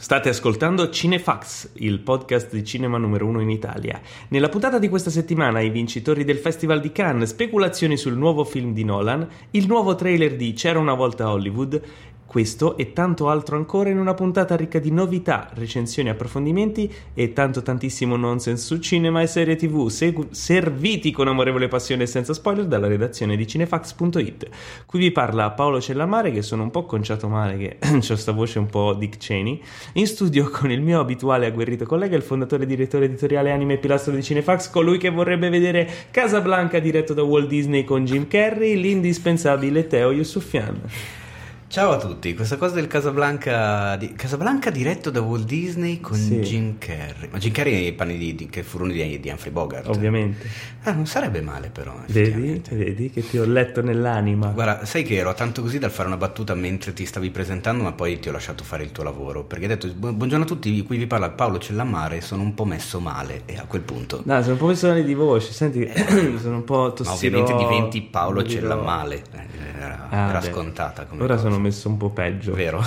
State ascoltando Cinefax, il podcast di cinema numero 1 in Italia. Nella puntata di questa settimana i vincitori del Festival di Cannes, speculazioni sul nuovo film di Nolan, il nuovo trailer di C'era una volta Hollywood, questo e tanto altro ancora in una puntata ricca di novità, recensioni, approfondimenti e tantissimo nonsense su cinema e serie tv, serviti con amorevole passione e senza spoiler dalla redazione di cinefax.it. Qui vi parla Paolo Cellamare, che sono un po' conciato male, che c'ho sta voce un po' Dick Cheney, in studio con il mio abituale agguerrito collega, il fondatore e direttore editoriale anime e pilastro di Cinefax, colui che vorrebbe vedere Casablanca diretto da Walt Disney con Jim Carrey, l'indispensabile Teo Yusufian. Ciao a tutti, questa cosa del Casablanca diretto da Walt Disney con Jim Carrey. Ma Jim Carrey nei panni che furono di Humphrey Bogart. Ovviamente. Non sarebbe male però. Vedi che ti ho letto nell'anima. Guarda, sai che ero tanto così dal fare una battuta mentre ti stavi presentando, ma poi ti ho lasciato fare il tuo lavoro. Perché hai detto, buongiorno a tutti, qui vi parla Paolo Cellamare, sono un po' messo male. E a quel punto... No, sono un po' messo male di voce, senti, sono un po' tossirò. Ma ovviamente diventi Paolo Cellamale. Era scontata come ora cosa. Sono messo un po' peggio, vero?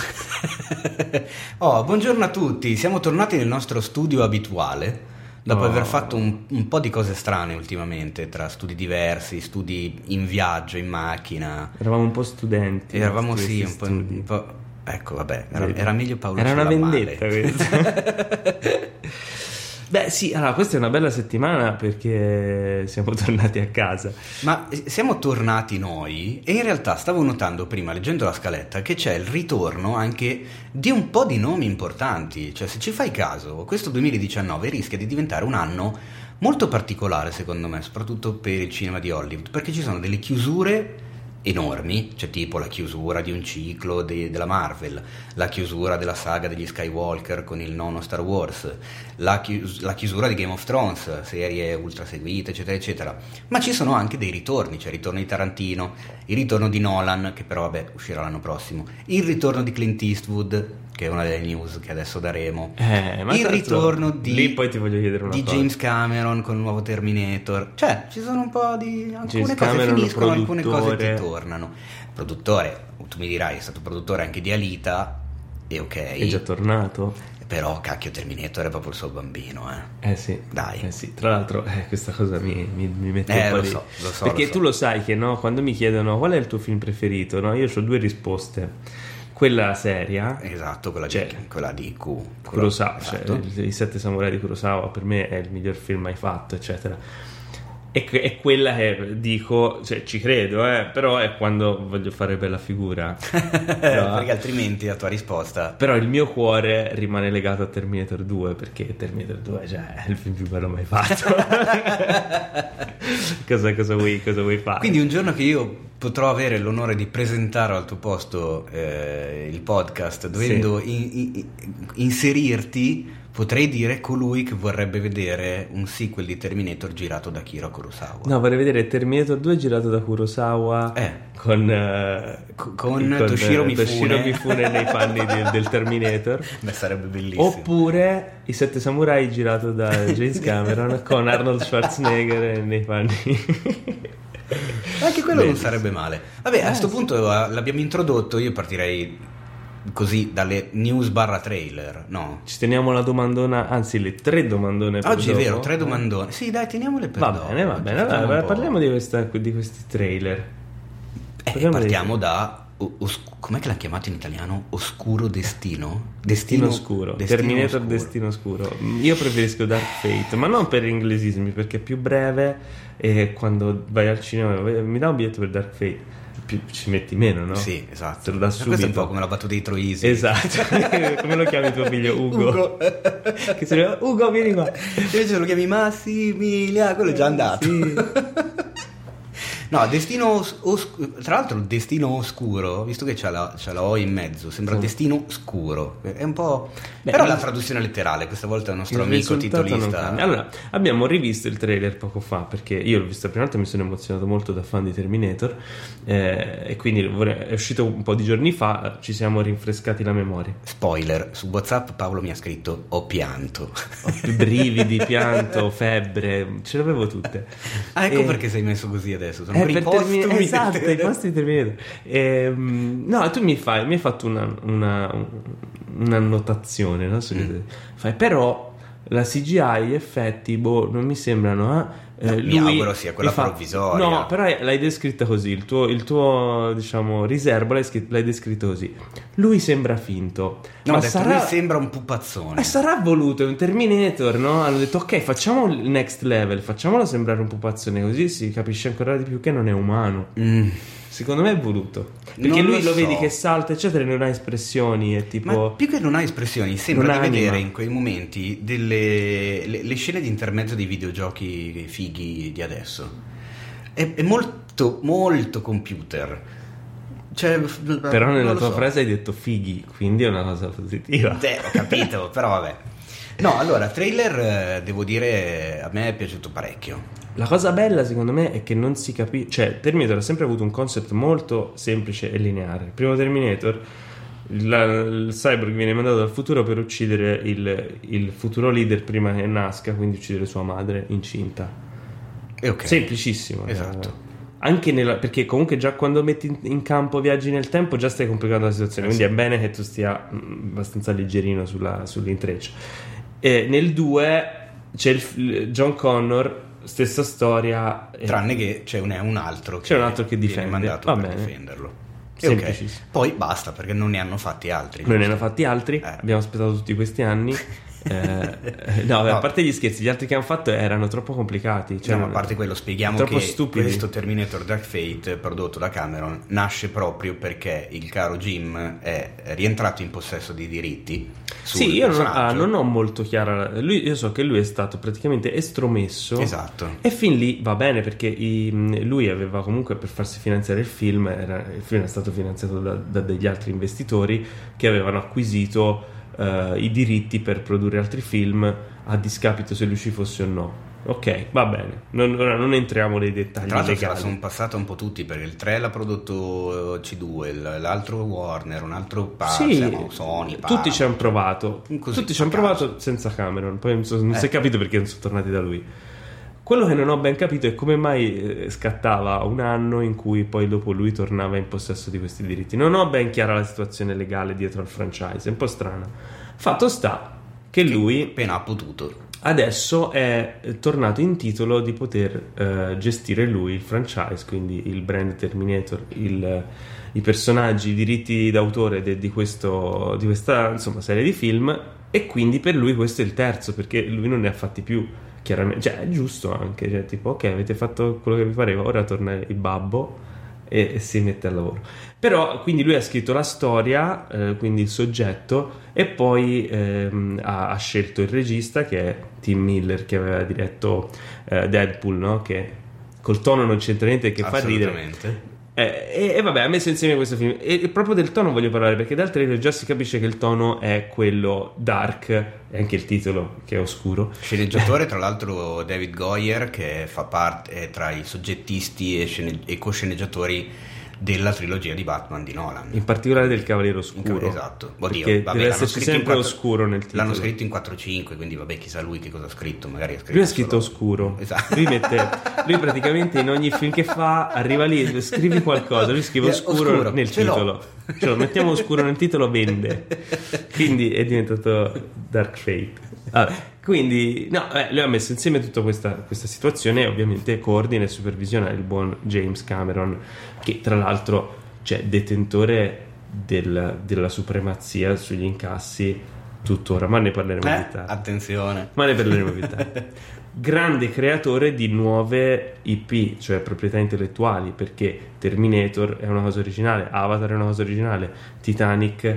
Buongiorno a tutti, siamo tornati nel nostro studio abituale dopo aver fatto un po' di cose strane ultimamente, tra studi diversi, studi in viaggio, in macchina. Eravamo un po' studenti. Eravamo un po'. Ecco, vabbè, era meglio Paolo Cellamare. Era una vendetta questa. Beh sì, allora questa è una bella settimana perché siamo tornati a casa. Ma siamo tornati noi e in realtà stavo notando prima, leggendo la scaletta, che c'è il ritorno anche di un po' di nomi importanti. Cioè, se ci fai caso, questo 2019 rischia di diventare un anno molto particolare secondo me, soprattutto per il cinema di Hollywood, perché ci sono delle chiusure enormi, cioè tipo la chiusura di un ciclo della Marvel, la chiusura della saga degli Skywalker con il nono Star Wars, la chiusura di Game of Thrones, serie ultra seguite eccetera eccetera, ma ci sono anche dei ritorni, cioè il ritorno di Tarantino, il ritorno di Nolan, che però vabbè uscirà l'anno prossimo, il ritorno di Clint Eastwood, che è una delle news che adesso daremo, ma il ritorno di lì poi ti voglio chiedere una cosa. James Cameron con il nuovo Terminator, cioè ci sono un po' di alcune James cose Cameron, finiscono, alcune produttore. cose ti tornano. Produttore, tu mi dirai, è stato produttore anche di Alita, e ok, è già tornato, però cacchio, Terminator è proprio il suo bambino, sì, dai, sì. Tra l'altro questa cosa mi mette un po' lo di... so, perché lo so. tu lo sai che no, quando mi chiedono qual è il tuo film preferito, no, io ho due risposte. Quella seria, esatto, quella di Kurosawa, esatto. Cioè, i Sette Samurai di Kurosawa per me è il miglior film mai fatto, eccetera. È quella che dico, cioè ci credo, però è quando voglio fare bella figura. Perché altrimenti la tua risposta. Però il mio cuore rimane legato a Terminator 2, perché Terminator 2 è il film più bello mai fatto. cosa vuoi fare? Quindi un giorno che io potrò avere l'onore di presentare al tuo posto il podcast, dovendo inserirti, potrei dire colui che vorrebbe vedere un sequel di Terminator girato da Akira Kurosawa. No, vorrei vedere Terminator 2 girato da Kurosawa con Toshiro Mifune nei panni del Terminator. Beh, sarebbe bellissimo. Oppure I Sette Samurai girato da James Cameron con Arnold Schwarzenegger nei panni. Anche quello non sarebbe male. Vabbè, a questo punto l'abbiamo introdotto, io partirei così dalle news / trailer, no? Ci teniamo la domandona, anzi le 3 domandone per oggi dopo. È vero, 3 domandone. Sì, dai, teniamole per dopo. Va bene. Allora, parliamo di questi trailer. Partiamo da com'è che l'ha chiamato in italiano? Oscuro Destino? Destino Oscuro. Terminator Oscuro. Destino Oscuro. Io preferisco Dark Fate, ma non per inglesismi, perché è più breve e quando vai al cinema mi dà un biglietto per Dark Fate. Ci metti meno, no? Sì, esatto. Te lo dà subito. Questo è un po' come la battuta di Troisi. Esatto. Come lo chiami tuo figlio? Ugo. Che si chiama Ugo, vieni qua. Invece lo chiami Massimiliano, quello è già andato. Sì. No, Destino tra l'altro il Destino Oscuro, visto che c'ha la O in mezzo, sembra Destino Scuro. È un po'... però è la traduzione letterale, questa volta è il nostro amico titolista. Allora, abbiamo rivisto il trailer poco fa, perché io l'ho visto la prima volta e mi sono emozionato molto da fan di Terminator, e quindi è uscito un po' di giorni fa, ci siamo rinfrescati la memoria. Spoiler, su WhatsApp Paolo mi ha scritto: ho pianto. Ho brividi, pianto, febbre, ce l'avevo tutte. Ecco perché sei messo così adesso, sono sopra i postumi. Esatto, i posti di Terminator. No, tu mi hai fatto un'annotazione, no? Fai, però la CGI, gli effetti, non mi sembrano... mi auguro sia quella provvisoria. No, però l'hai descritta così. Il tuo diciamo riservo l'hai descritto così. Lui sembra finto. No, lui sembra un pupazzone. Sarà voluto, è un Terminator, no? Hanno detto ok, facciamo il next level, facciamolo sembrare un pupazzone, così si capisce ancora di più che non è umano. Secondo me è voluto, perché lui lo vedi che salta eccetera e non ha espressioni, è tipo... Ma più che non ha espressioni, sembra di vedere in quei momenti le scene di intermezzo dei videogiochi fighi di adesso. È molto molto computer. Cioè, però nella tua frase hai detto fighi, quindi è una cosa positiva. Ho capito, però vabbè. No, allora, trailer devo dire a me è piaciuto parecchio. La cosa bella secondo me è che non si capisce, cioè Terminator ha sempre avuto un concept molto semplice e lineare. Il primo Terminator, il cyborg viene mandato dal futuro per uccidere il futuro leader prima che nasca, quindi uccidere sua madre incinta. Okay. Semplicissimo. Esatto. Anche perché comunque già quando metti in campo viaggi nel tempo già stai complicando la situazione, quindi è bene che tu stia abbastanza leggerino sull'intreccio. Nel 2 c'è John Connor, stessa storia, tranne che c'è un altro che difende, viene mandato per difenderlo. Okay. Poi basta, perché non ne hanno fatti altri. Abbiamo aspettato tutti questi anni. No, a parte gli scherzi, gli altri che hanno fatto erano troppo complicati, cioè, a parte quello, spieghiamo che stupidi. Questo Terminator Dark Fate prodotto da Cameron nasce proprio perché il caro Jim è rientrato in possesso di diritti. Sì, io non ho molto chiara io so che lui è stato praticamente estromesso. Esatto. E fin lì va bene, perché lui aveva comunque, per farsi finanziare il film è stato finanziato da degli altri investitori che avevano acquisito i diritti per produrre altri film a discapito se lui ci fosse o no. Ok, va bene, ora non entriamo nei dettagli. Tra l'altro legali. Sono passati un po' tutti, perché il 3 l'ha prodotto C2, l'altro Warner, un altro Sony. Tutti ci hanno provato. Tutti ci hanno provato senza Cameron. Poi non si è capito perché non sono tornati da lui. Quello che non ho ben capito è come mai scattava un anno in cui poi dopo lui tornava in possesso di questi diritti. Non ho ben chiara la situazione legale dietro al franchise, è un po' strana. Fatto sta che lui appena ha potuto adesso è tornato in titolo di poter gestire lui il franchise, quindi il brand Terminator, i personaggi, i diritti d'autore di questa insomma serie di film, e quindi per lui questo è il terzo, perché lui non ne ha fatti più. Chiaramente, cioè è giusto anche, cioè, tipo ok, avete fatto quello che vi pareva, ora torna il babbo e si mette al lavoro. Però quindi lui ha scritto la storia, quindi il soggetto, e poi ha scelto il regista, che è Tim Miller, che aveva diretto Deadpool, no? Che col tono non c'entra niente, che fa ridere. E vabbè, ha messo insieme questo film, e proprio del tono voglio parlare, perché dal trailer già si capisce che il tono è quello dark, e anche il titolo che è oscuro. Sceneggiatore tra l'altro David Goyer, che fa parte tra i soggettisti e co-sceneggiatori della trilogia di Batman di Nolan, in particolare del Cavaliere Oscuro. Esatto. Deve esserci sempre oscuro nel titolo. L'hanno scritto in 4-5, quindi vabbè, chissà lui che cosa ha scritto. Magari lui ha scritto oscuro. Esatto. Lui praticamente in ogni film che fa arriva lì, scrivi qualcosa, lui scrive oscuro nel titolo. Cioè, mettiamo oscuro nel titolo, vende. Quindi è diventato Dark Fate. Vabbè, quindi lui ha messo insieme tutta questa situazione, e ovviamente coordina e supervisiona il buon James Cameron, che tra l'altro detentore della supremazia sugli incassi tuttora, ma ne parleremo più tardi. Attenzione. Ma ne parleremo più tardi. Grande creatore di nuove IP, cioè proprietà intellettuali, perché Terminator è una cosa originale, Avatar è una cosa originale, Titanic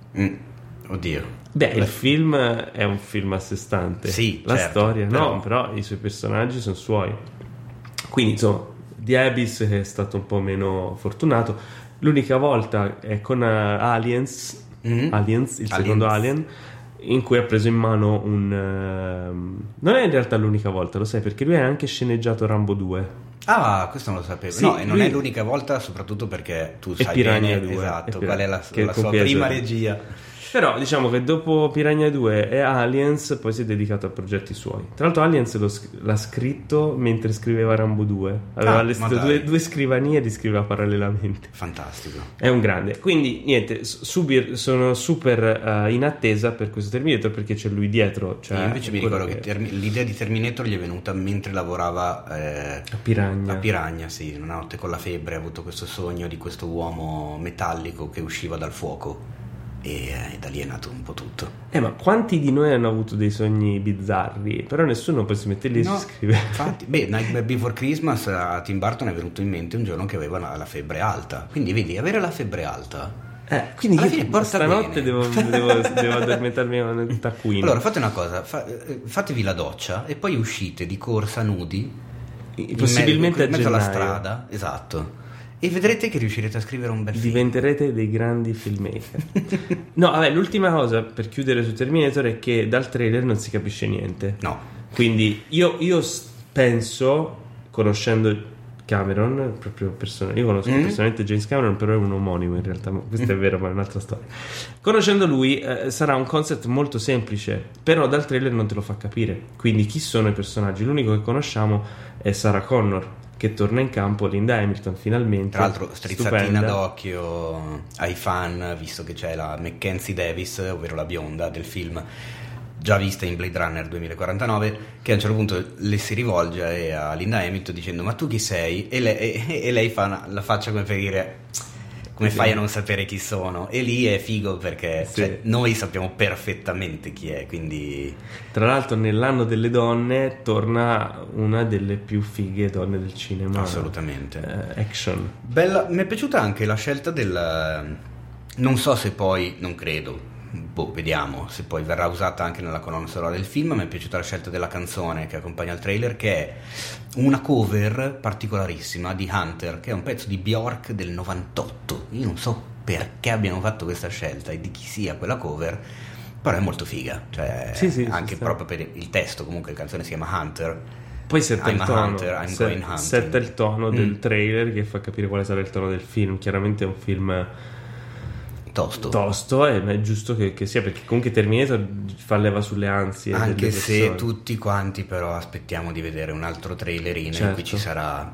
oddio. Il film è un film a sé stante. Sì, la certo, storia però i suoi personaggi sono suoi. Quindi insomma, The Abyss è stato un po' meno fortunato. L'unica volta è con Aliens, il secondo Alien, in cui ha preso in mano non è in realtà l'unica volta, lo sai, perché lui ha anche sceneggiato Rambo 2. Ah, questo non lo sapevo. Sì, e non è l'unica volta, soprattutto perché tu sai Piranha bene 2, esatto qual è la sua prima regia. Però diciamo che dopo Piranha 2 e Aliens poi si è dedicato a progetti suoi. Tra l'altro Aliens l'ha scritto mentre scriveva Rambo 2. Aveva allestito due scrivanie e li scriveva parallelamente. Fantastico. È un grande. Quindi niente, sono super in attesa per questo Terminator perché c'è lui dietro. Cioè, io invece mi ricordo che l'idea di Terminator gli è venuta mentre lavorava a Piranha. A Piranha, sì. Una notte con la febbre ha avuto questo sogno di questo uomo metallico che usciva dal fuoco. E da lì è nato un po' tutto. Ma quanti di noi hanno avuto dei sogni bizzarri? Però nessuno poi si mette lì e si scrive. Infatti, Nightmare Before Christmas a Tim Burton è venuto in mente un giorno che aveva la febbre alta. Quindi vedi, avere la febbre alta, quindi alla fine porta stanotte bene. devo addormentarmi con un taccuino. Allora fate una cosa, fatevi la doccia e poi uscite di corsa nudi, possibilmente in mezzo alla gennaio. strada, esatto. E vedrete che riuscirete a scrivere un bel film. Diventerete dei grandi filmmaker. No, vabbè, l'ultima cosa per chiudere su Terminator è che dal trailer non si capisce niente. No. Quindi io penso, conoscendo Cameron, proprio io conosco personalmente James Cameron, però è un omonimo in realtà, questo è vero, ma è un'altra storia. Conoscendo lui sarà un concept molto semplice, però dal trailer non te lo fa capire. Quindi chi sono i personaggi? L'unico che conosciamo è Sarah Connor, che torna in campo, Linda Hamilton finalmente. Tra l'altro strizzatina d'occhio ai fan, visto che c'è la Mackenzie Davis, ovvero la bionda del film, già vista in Blade Runner 2049, che a un certo punto le si rivolge a Linda Hamilton dicendo ma tu chi sei? E lei fa la faccia come per dire come fai a non sapere chi sono? E lì è figo perché noi sappiamo perfettamente chi è, quindi... Tra l'altro nell'anno delle donne torna una delle più fighe donne del cinema. Assolutamente. Action. Bella, mi è piaciuta anche la scelta del... Non so se poi, non credo, vediamo se poi verrà usata anche nella colonna sonora del film. Mi è piaciuta la scelta della canzone che accompagna il trailer, che è una cover particolarissima di Hunter, che è un pezzo di Bjork del 98. Io non so perché abbiano fatto questa scelta e di chi sia quella cover, però è molto figa, cioè anche proprio per il testo. Comunque la canzone si chiama Hunter. Poi setta il tono, setta il tono del trailer, che fa capire quale sarà il tono del film. Chiaramente è un film tosto, e è giusto che sia, perché comunque Terminator fa leva sulle ansie, anche se tutti quanti però aspettiamo di vedere un altro trailerino in cui ci sarà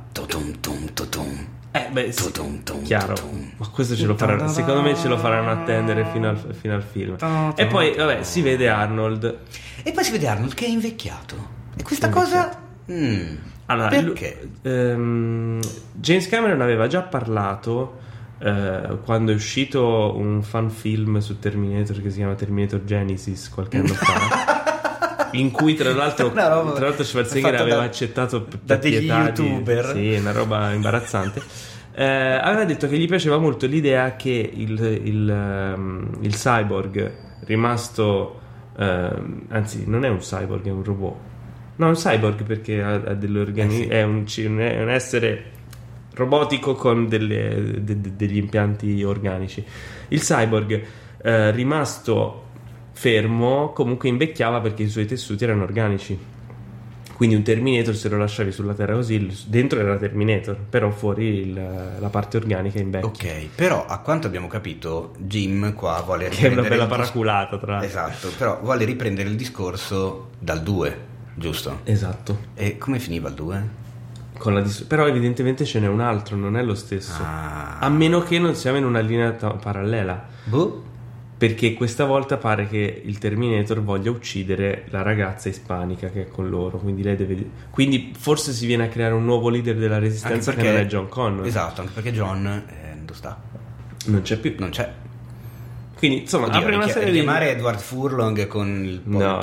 chiaro, ma questo ce lo faranno, secondo me ce lo faranno attendere fino al film. E poi vabbè, si vede Arnold che è invecchiato, e questa cosa allora, perché? James Cameron aveva già parlato quando è uscito un fan film su Terminator che si chiama Terminator Genesis qualche anno fa, in cui tra l'altro Schwarzenegger aveva accettato da degli youtuber, sì, una roba imbarazzante. Aveva detto che gli piaceva molto l'idea che il cyborg rimasto anzi non è un cyborg, è un robot, no, è un cyborg perché ha dell'organismo, è un essere robotico con degli impianti organici. Il cyborg rimasto fermo comunque invecchiava perché i suoi tessuti erano organici. Quindi un Terminator, se lo lasciavi sulla Terra così, dentro era Terminator, però fuori la parte organica invecchia. Ok, però a quanto abbiamo capito Jim qua vuole riprendere, che è una bella paraculata tra l'altro. Esatto, però vuole riprendere il discorso dal 2, giusto? Esatto. E come finiva il 2? Però evidentemente ce n'è un altro, non è lo stesso, a meno che non siamo in una linea parallela, perché questa volta pare che il Terminator voglia uccidere la ragazza ispanica che è con loro, quindi forse si viene a creare un nuovo leader della resistenza, che non è John Connor. Esatto, anche perché John non c'è più, quindi insomma apre una serie di... chiamare Edward Furlong con il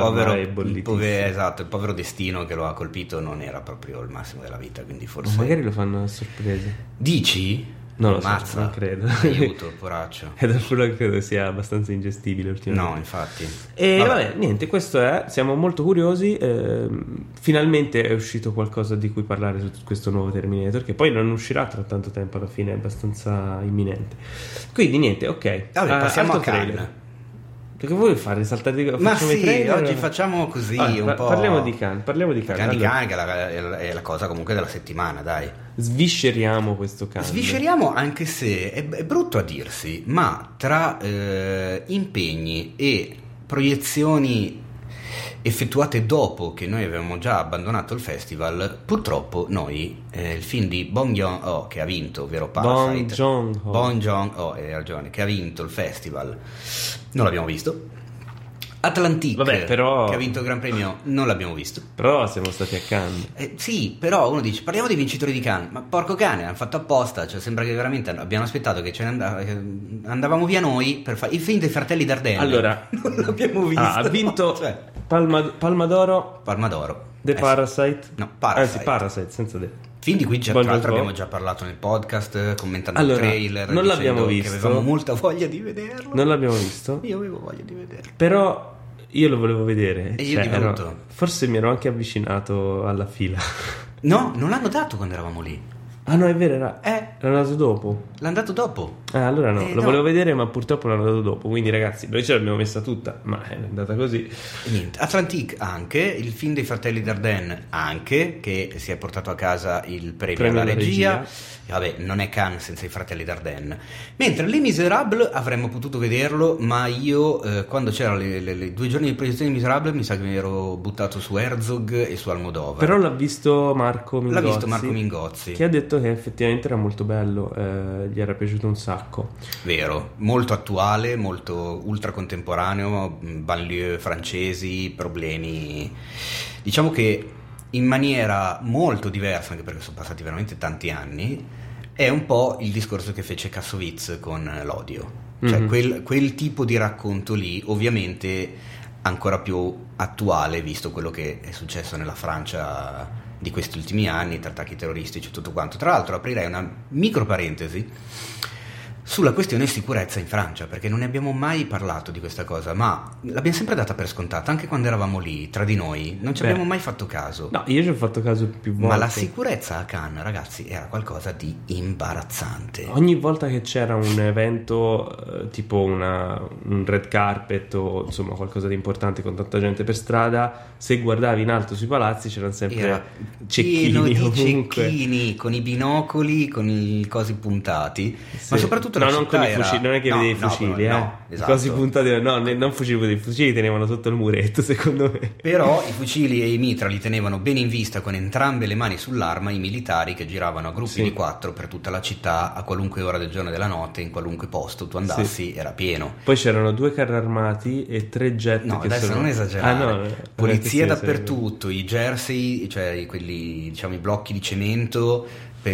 povero destino che lo ha colpito non era proprio il massimo della vita, quindi forse magari lo fanno a sorpresa. Dici? Non lo so, non credo. Aiuto, poraccio. Edward Furlong credo sia abbastanza ingestibile ultimamente. No, infatti. E vabbè, niente, questo è. Siamo molto curiosi. Finalmente è uscito qualcosa di cui parlare su questo nuovo Terminator, che poi non uscirà tra tanto tempo, alla fine è abbastanza imminente. Quindi niente, ok. Vabbè, passiamo a Cannes. Perché vuoi fare saltare? Ma sì, trailer? oggi facciamo così un po'. Parliamo di Cannes. Cannes di Cannes, che è la cosa comunque della settimana, dai. Svisceriamo questo Cannes. Svisceriamo, anche se è brutto a dirsi, ma tra impegni e proiezioni effettuate dopo che noi avevamo già abbandonato il festival, purtroppo noi il film di Bong Joon-ho che ha vinto, ovvero Parasite, Bong Joon-ho, hai ragione, che ha vinto il festival, non l'abbiamo visto. Atlantique, però, che ha vinto il Gran Premio, non l'abbiamo visto. Però siamo stati a Cannes. Sì, però uno dice, parliamo dei vincitori di Cannes, ma porco cane, hanno fatto apposta, cioè sembra che veramente abbiamo aspettato che andavamo via noi per fare il film dei Fratelli Dardenne. Allora, non l'abbiamo visto. Ha vinto Palma d'Oro. The Parasite. No, Parasite. Anzi, Parasite, senza te. Film di cui tra l'altro abbiamo già parlato nel podcast, commentando il trailer. Non l'abbiamo visto. Che avevamo molta voglia di vederlo. Non l'abbiamo visto. Io avevo voglia di vederlo. Però io lo volevo vedere. E io forse mi ero anche avvicinato alla fila. No, non l'hanno dato quando eravamo lì. Ah no, è vero, era andato dopo. L'hanno dato dopo. Allora no, volevo vedere, ma purtroppo l'hanno dato dopo. Quindi ragazzi, noi ce l'abbiamo messa tutta, ma è andata così. Niente. Atlantique anche, il film dei Fratelli Dardenne anche, che si è portato a casa il premio alla regia. Vabbè, non è Cannes senza i Fratelli Dardenne. Mentre Les Miserables avremmo potuto vederlo, ma io quando c'erano le 2 giorni di proiezione di Miserables mi sa che mi ero buttato su Herzog e su Almodovar. Però l'ha visto Marco Mingozzi, che ha detto che effettivamente era molto bello, gli era piaciuto un sacco. Vero, molto attuale, molto ultra contemporaneo, banlieue francesi, problemi, diciamo che in maniera molto diversa, anche perché sono passati veramente tanti anni, è un po' il discorso che fece Kassovitz con l'odio, cioè quel tipo di racconto lì, ovviamente ancora più attuale visto quello che è successo nella Francia di questi ultimi anni, tra attacchi terroristici e tutto quanto. Tra l'altro aprirei una micro parentesi sulla questione sicurezza in Francia, perché non ne abbiamo mai parlato di questa cosa, ma l'abbiamo sempre data per scontata, anche quando eravamo lì, tra di noi, non ci abbiamo mai fatto caso. No, io ci ho fatto caso più volte. Ma la sicurezza a Cannes, ragazzi, era qualcosa di imbarazzante. Ogni volta che c'era un evento, tipo un red carpet o insomma qualcosa di importante con tanta gente per strada, se guardavi in alto sui palazzi c'erano sempre cecchini con i binocoli, con i cosi puntati, sì. Ma soprattutto non con i fucili, non è che vedevi i fucili, esatto. Cosi puntati, non fucili, i fucili tenevano sotto il muretto, secondo me. Però i fucili e i mitra li tenevano bene in vista con entrambe le mani sull'arma i militari che giravano a gruppi di 4 per tutta la città a qualunque ora del giorno e della notte, in qualunque posto tu andassi, era pieno. Poi c'erano 2 carri armati e 3 jet. No, che adesso non esagerare. Polizia dappertutto, i jersey, cioè quelli, diciamo, i blocchi di cemento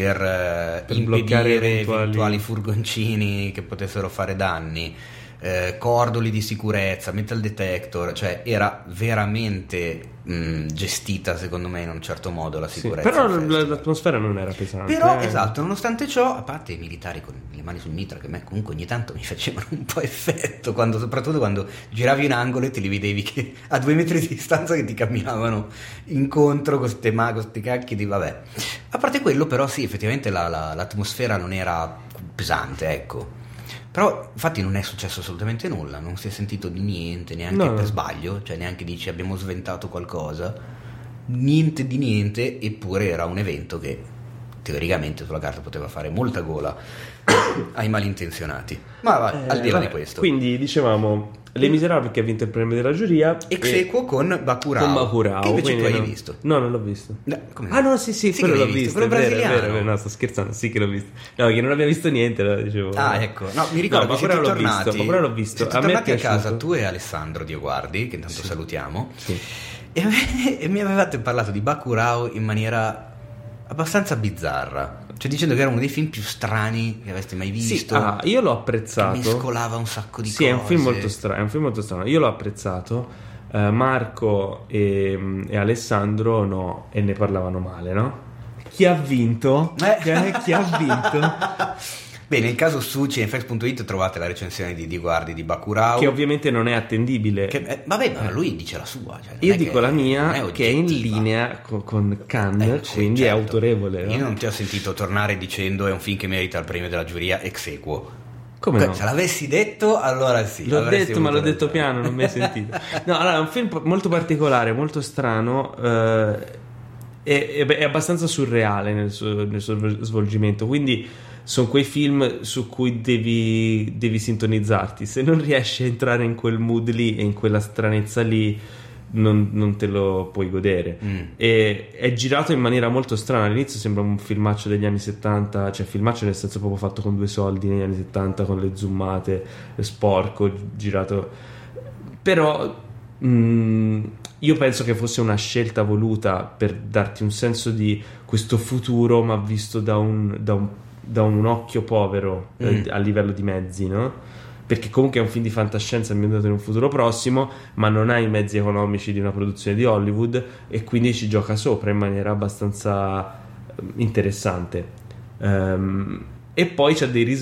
per impedire eventuali furgoncini che potessero fare danni, cordoli di sicurezza, metal detector, cioè era veramente gestita secondo me in un certo modo la sicurezza. Sì, però l'atmosfera non era pesante. Però esatto, nonostante ciò, a parte i militari con le mani sul mitra che a me comunque ogni tanto mi facevano un po' effetto, soprattutto quando giravi in angolo e te li vedevi che a 2 metri di distanza che ti camminavano incontro con questi cacchi di vabbè. A parte quello, però sì, effettivamente l'atmosfera non era pesante, ecco. Però infatti non è successo assolutamente nulla, non si è sentito di niente, neanche per sbaglio, cioè neanche dici abbiamo sventato qualcosa, niente di niente, eppure era un evento che teoricamente sulla carta poteva fare molta gola ai malintenzionati. Ma al di là di questo. Quindi dicevamo Les Miserables che ha vinto il premio della giuria, ex equo con Bacurau, che invece tu hai visto. No, non l'ho visto. No, sì, quello l'ho visto, quello brasiliano. È vero, no, sto scherzando, sì che l'ho visto. No, che non abbiamo visto niente, lo dicevo. Ecco, no, mi ricordo che siete tornati. Bacurau l'ho visto. Siete tornati a casa tu e Alessandro Dioguardi, che intanto salutiamo. Sì. E mi avevate parlato di Bacurau in maniera abbastanza bizzarra, cioè dicendo che era uno dei film più strani che aveste mai visto. Sì, io l'ho apprezzato. Mescolava un sacco di cose. Sì, è un film molto strano. Io l'ho apprezzato. Marco e Alessandro no, e ne parlavano male, no? Chi ha vinto? Chi ha vinto? Bene, nel caso su cinefx.it trovate la recensione di Guardi di Bacurau, che ovviamente non è attendibile. Ma lui dice la sua, cioè, io dico la mia, che è in linea con Cannes, quindi certo. È autorevole, no? Io non ti ho sentito tornare dicendo è un film che merita il premio della giuria ex equo. Come no? Se l'avessi detto, allora sì. L'ho detto, ma l'ho detto piano, non mi hai sentito. No, allora, è un film molto particolare, molto strano, è abbastanza surreale nel suo svolgimento, quindi sono quei film su cui devi sintonizzarti. Se non riesci a entrare in quel mood lì e in quella stranezza lì, non te lo puoi godere. E è girato in maniera molto strana. All'inizio sembra un filmaccio degli anni 70, cioè filmaccio nel senso proprio fatto con 2 soldi negli anni 70, con le zoomate, sporco, girato. Però io penso che fosse una scelta voluta per darti un senso di questo futuro, ma visto da un occhio povero, a livello di mezzi, no? Perché comunque è un film di fantascienza ambientato in un futuro prossimo, ma non ha i mezzi economici di una produzione di Hollywood, e quindi ci gioca sopra in maniera abbastanza interessante. E poi c'ha dei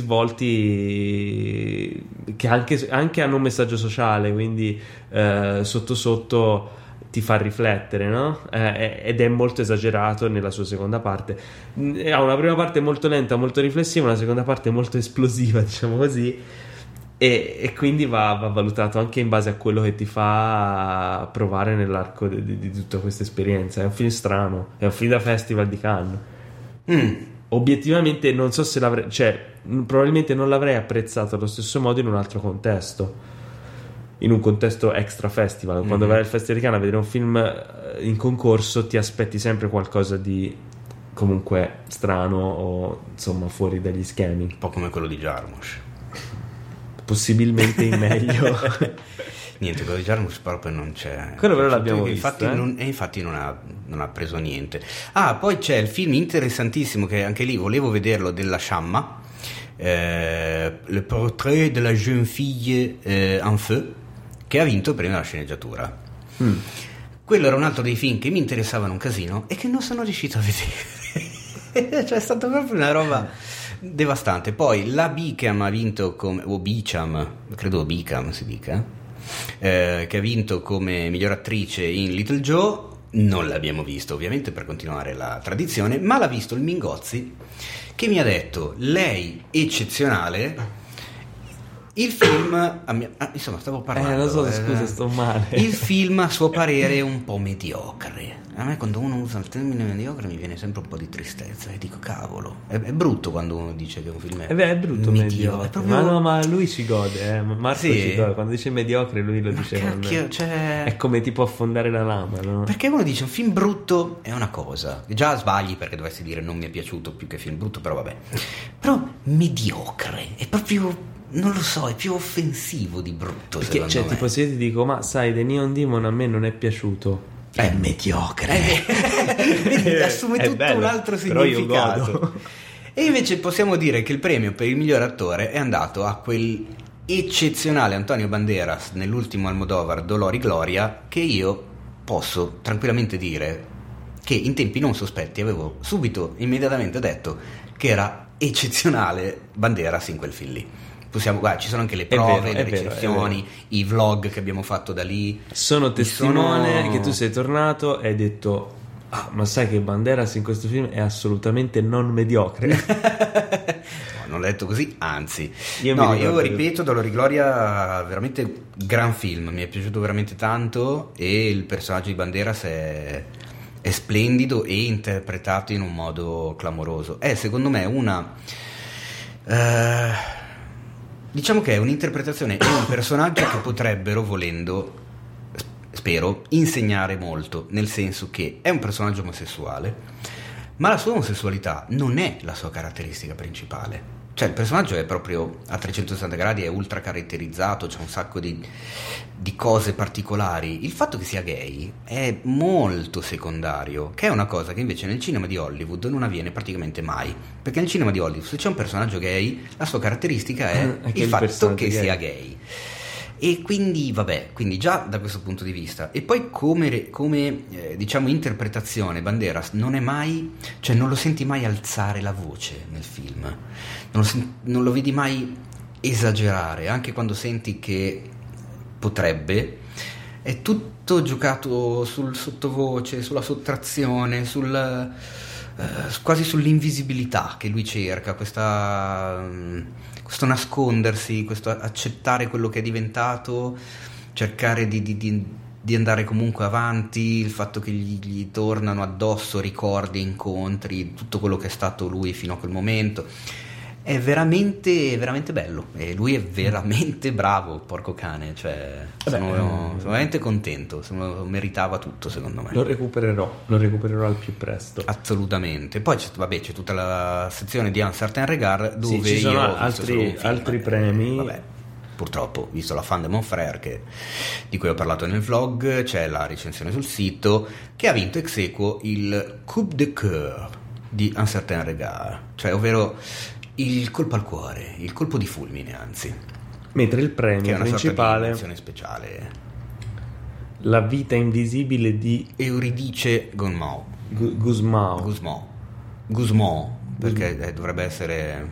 risvolti che anche hanno un messaggio sociale, quindi sotto sotto ti fa riflettere, no? Ed è molto esagerato nella sua seconda parte. Ha una prima parte molto lenta, molto riflessiva, una seconda parte molto esplosiva, diciamo così. E quindi va valutato anche in base a quello che ti fa provare nell'arco di tutta questa esperienza. È un film strano, è un film da Festival di Cannes. Obiettivamente non so se l'avrei, cioè probabilmente non l'avrei apprezzato allo stesso modo in un altro contesto, in un contesto extra festival. Quando vai al Festival di Cannes a vedere un film in concorso, ti aspetti sempre qualcosa di comunque strano o insomma fuori dagli schemi, Un po' come quello di Jarmusch. Possibilmente in meglio. Niente, quello di Jarmusch proprio non c'è. Quello però l'abbiamo infatti, visto, infatti non ha preso niente. Poi c'è il film interessantissimo che anche lì volevo vederlo, della Sciamma, Le portrait de la jeune fille en feu, che ha vinto il premio alla sceneggiatura. Quello era un altro dei film che mi interessavano un casino e che non sono riuscito a vedere. Cioè è stata proprio una roba devastante. Poi la Beecham ha vinto come, o Beecham, credo Beecham si dica, che ha vinto come miglior attrice in Little Joe. Non l'abbiamo visto ovviamente per continuare la tradizione, ma l'ha visto il Mingozzi, che mi ha detto: lei eccezionale. Il film insomma stavo parlando, lo so, scusa, sto male. Il film a suo parere è un po' mediocre. A me quando uno usa il termine mediocre mi viene sempre un po' di tristezza e dico cavolo, è brutto quando uno dice che un film è brutto mediocre, è proprio... ma lui ci gode, Marco sì. Ci gode. Quando dice mediocre lui lo dice cacchio, cioè... è come tipo affondare la lama, no? Perché uno dice un film brutto è una cosa, già sbagli perché dovresti dire non mi è piaciuto più che film brutto, però vabbè. Però mediocre è proprio, non lo so, è più offensivo di brutto. Perché cioè me. Tipo se io ti dico ma sai The Neon Demon a me non è piaciuto, è mediocre. Vedi, assume tutto bello, un altro significato. E invece possiamo dire che il premio per il miglior attore è andato a quel eccezionale Antonio Banderas nell'ultimo Almodovar Dolor y Gloria, che io posso tranquillamente dire che in tempi non sospetti avevo subito immediatamente detto che era eccezionale Banderas in quel film lì. Guarda, ci sono anche le prove, le recensioni, i vlog che abbiamo fatto da lì. Sono testimone che tu sei tornato e hai detto ma sai che Banderas in questo film è assolutamente non mediocre. No, non l'ho detto così, anzi io ripeto, Dolor y Gloria veramente gran film, mi è piaciuto veramente tanto e il personaggio di Banderas è splendido e interpretato in un modo clamoroso. È secondo me una diciamo che è un'interpretazione e un personaggio che potrebbero, volendo, spero, insegnare molto, nel senso che è un personaggio omosessuale, ma la sua omosessualità non è la sua caratteristica principale. Cioè il personaggio è proprio a 360 gradi, è ultra caratterizzato, c'è un sacco di cose particolari. Il fatto che sia gay è molto secondario, che è una cosa che invece nel cinema di Hollywood non avviene praticamente mai, perché nel cinema di Hollywood se c'è un personaggio gay la sua caratteristica è il fatto che sia gay. E quindi vabbè, quindi già da questo punto di vista. E poi come diciamo interpretazione, Banderas non è mai, cioè non lo senti mai alzare la voce nel film, non lo vedi mai esagerare, anche quando senti che potrebbe, è tutto giocato sul sottovoce, sulla sottrazione, quasi sull'invisibilità che lui cerca, questo nascondersi, questo accettare quello che è diventato, cercare di andare comunque avanti, il fatto che gli tornano addosso ricordi, incontri, tutto quello che è stato lui fino a quel momento. È veramente, veramente bello, e lui è veramente bravo, porco cane, cioè sono veramente contento, meritava tutto, secondo me. Lo recupererò al più presto. Assolutamente. Poi c'è tutta la sezione di Un Certain Regard, dove ci sono io ho visto altri premi. Vabbè, purtroppo, visto la Fan de Mon Frère di cui ho parlato nel vlog, c'è la recensione sul sito, che ha vinto ex aequo il Coup de Coeur di Un Certain Regard, cioè ovvero il colpo al cuore, il colpo di fulmine, anzi. Mentre il premio che è una principale, sorta di speciale, La vita invisibile di Euridice Gusmão, perché dovrebbe essere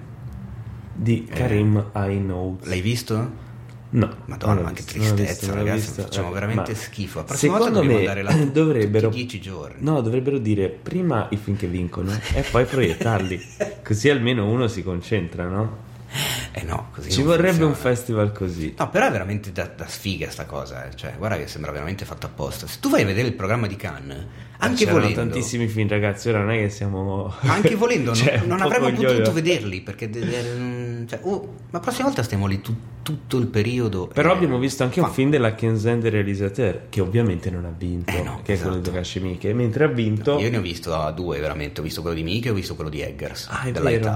di Karim Aynouz. L'hai visto? No, Madonna, ma che tristezza, ragazzi, facciamo veramente schifo. La prossima volta secondo dobbiamo me andare là dovrebbero, tutti 10 giorni. No, dovrebbero dire prima i film che vincono e poi proiettarli, così almeno uno si concentra, no? No, così ci non vorrebbe funziona. un festival così. No, però è veramente da sfiga sta cosa, cioè guarda che sembra veramente fatto apposta. Se tu vai a vedere il programma di Cannes, anche c'erano volendo tantissimi film, ragazzi, ora non è che siamo anche volendo cioè, non avremmo potuto vederli, perché ma la prossima volta stiamo lì tutto il periodo. Però abbiamo visto anche un film della Kenzen de Realisateur, che ovviamente non ha vinto, che è quello di Takashi Miike, mentre ha vinto... Io ne ho visto due, veramente. Ho visto quello di Miike e ho visto quello di Eggers. È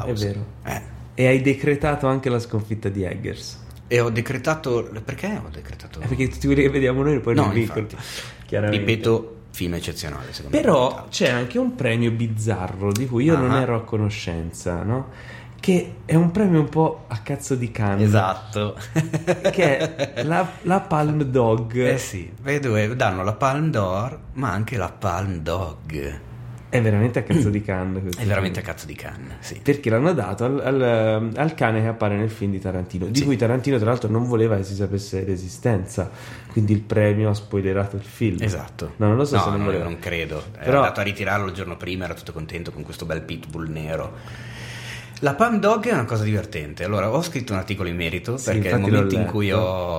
vero. E hai decretato anche la sconfitta di Eggers. E ho decretato... Perché ho decretato? Perché tutti quelli che vediamo noi poi non vincono. Chiaramente. Ripeto, film eccezionale, secondo me. Però c'è anche un premio bizzarro di cui io non ero a conoscenza, no? Che è un premio un po' a cazzo di Cannes. Esatto. Che è la Palme Dog. Sì, vedo, danno la Palme d'Or, ma anche la Palme Dog. È veramente a cazzo di Cannes. È veramente a cazzo di Cannes, sì. Perché l'hanno dato al cane che appare nel film di Tarantino, di cui Tarantino tra l'altro non voleva che si sapesse l'esistenza, quindi il premio ha spoilerato il film. Esatto. No, non lo so se non voleva. Non credo. Però... Era andato a ritirarlo il giorno prima, era tutto contento con questo bel pitbull nero. La Palme Dog è una cosa divertente. Allora, ho scritto un articolo in merito, perché nel momento in cui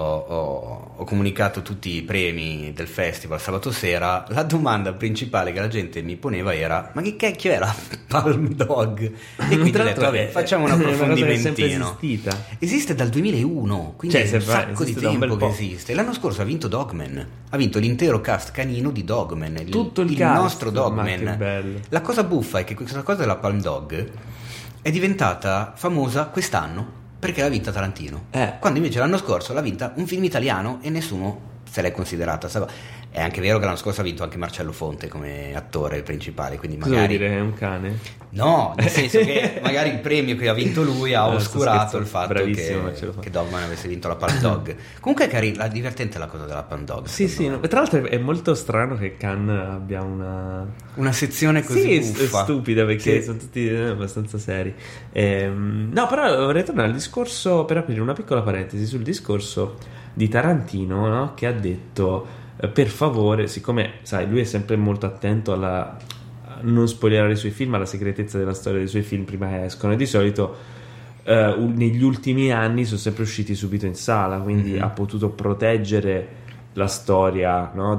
ho comunicato tutti i premi del festival sabato sera, la domanda principale che la gente mi poneva era: ma che cacchio è la Palme Dog? E quindi ho detto, vabbè, facciamo un approfondimentino. Esiste dal 2001, quindi è un sacco di tempo che esiste. L'anno scorso ha vinto Dogman, ha vinto l'intero cast canino di Dogman, tutto il nostro Dogman. Che bello. La cosa buffa è che questa cosa della Palme Dog è diventata famosa quest'anno perché l'ha vinta Tarantino, quando invece l'anno scorso l'ha vinta un film italiano e nessuno se l'è considerata. È anche vero che l'anno scorso ha vinto anche Marcello Fonte come attore principale, quindi magari... Cosa vuol dire, è un cane? No, nel senso che magari il premio che ha vinto lui ha oscurato il fatto che Dogman avesse vinto la Palme Dog. Comunque è carina, divertente la cosa della Palme Dog. Sì, no. Tra l'altro è molto strano che Cannes abbia una sezione così buffa. Stupida, perché sono tutti abbastanza seri. No, però vorrei tornare al discorso, per aprire una piccola parentesi sul discorso di Tarantino, no? Che ha detto... per favore, siccome sai lui è sempre molto attento a non spoilerare i suoi film, alla segretezza della storia dei suoi film prima che escono, e di solito negli ultimi anni sono sempre usciti subito in sala, quindi ha potuto proteggere la storia, no?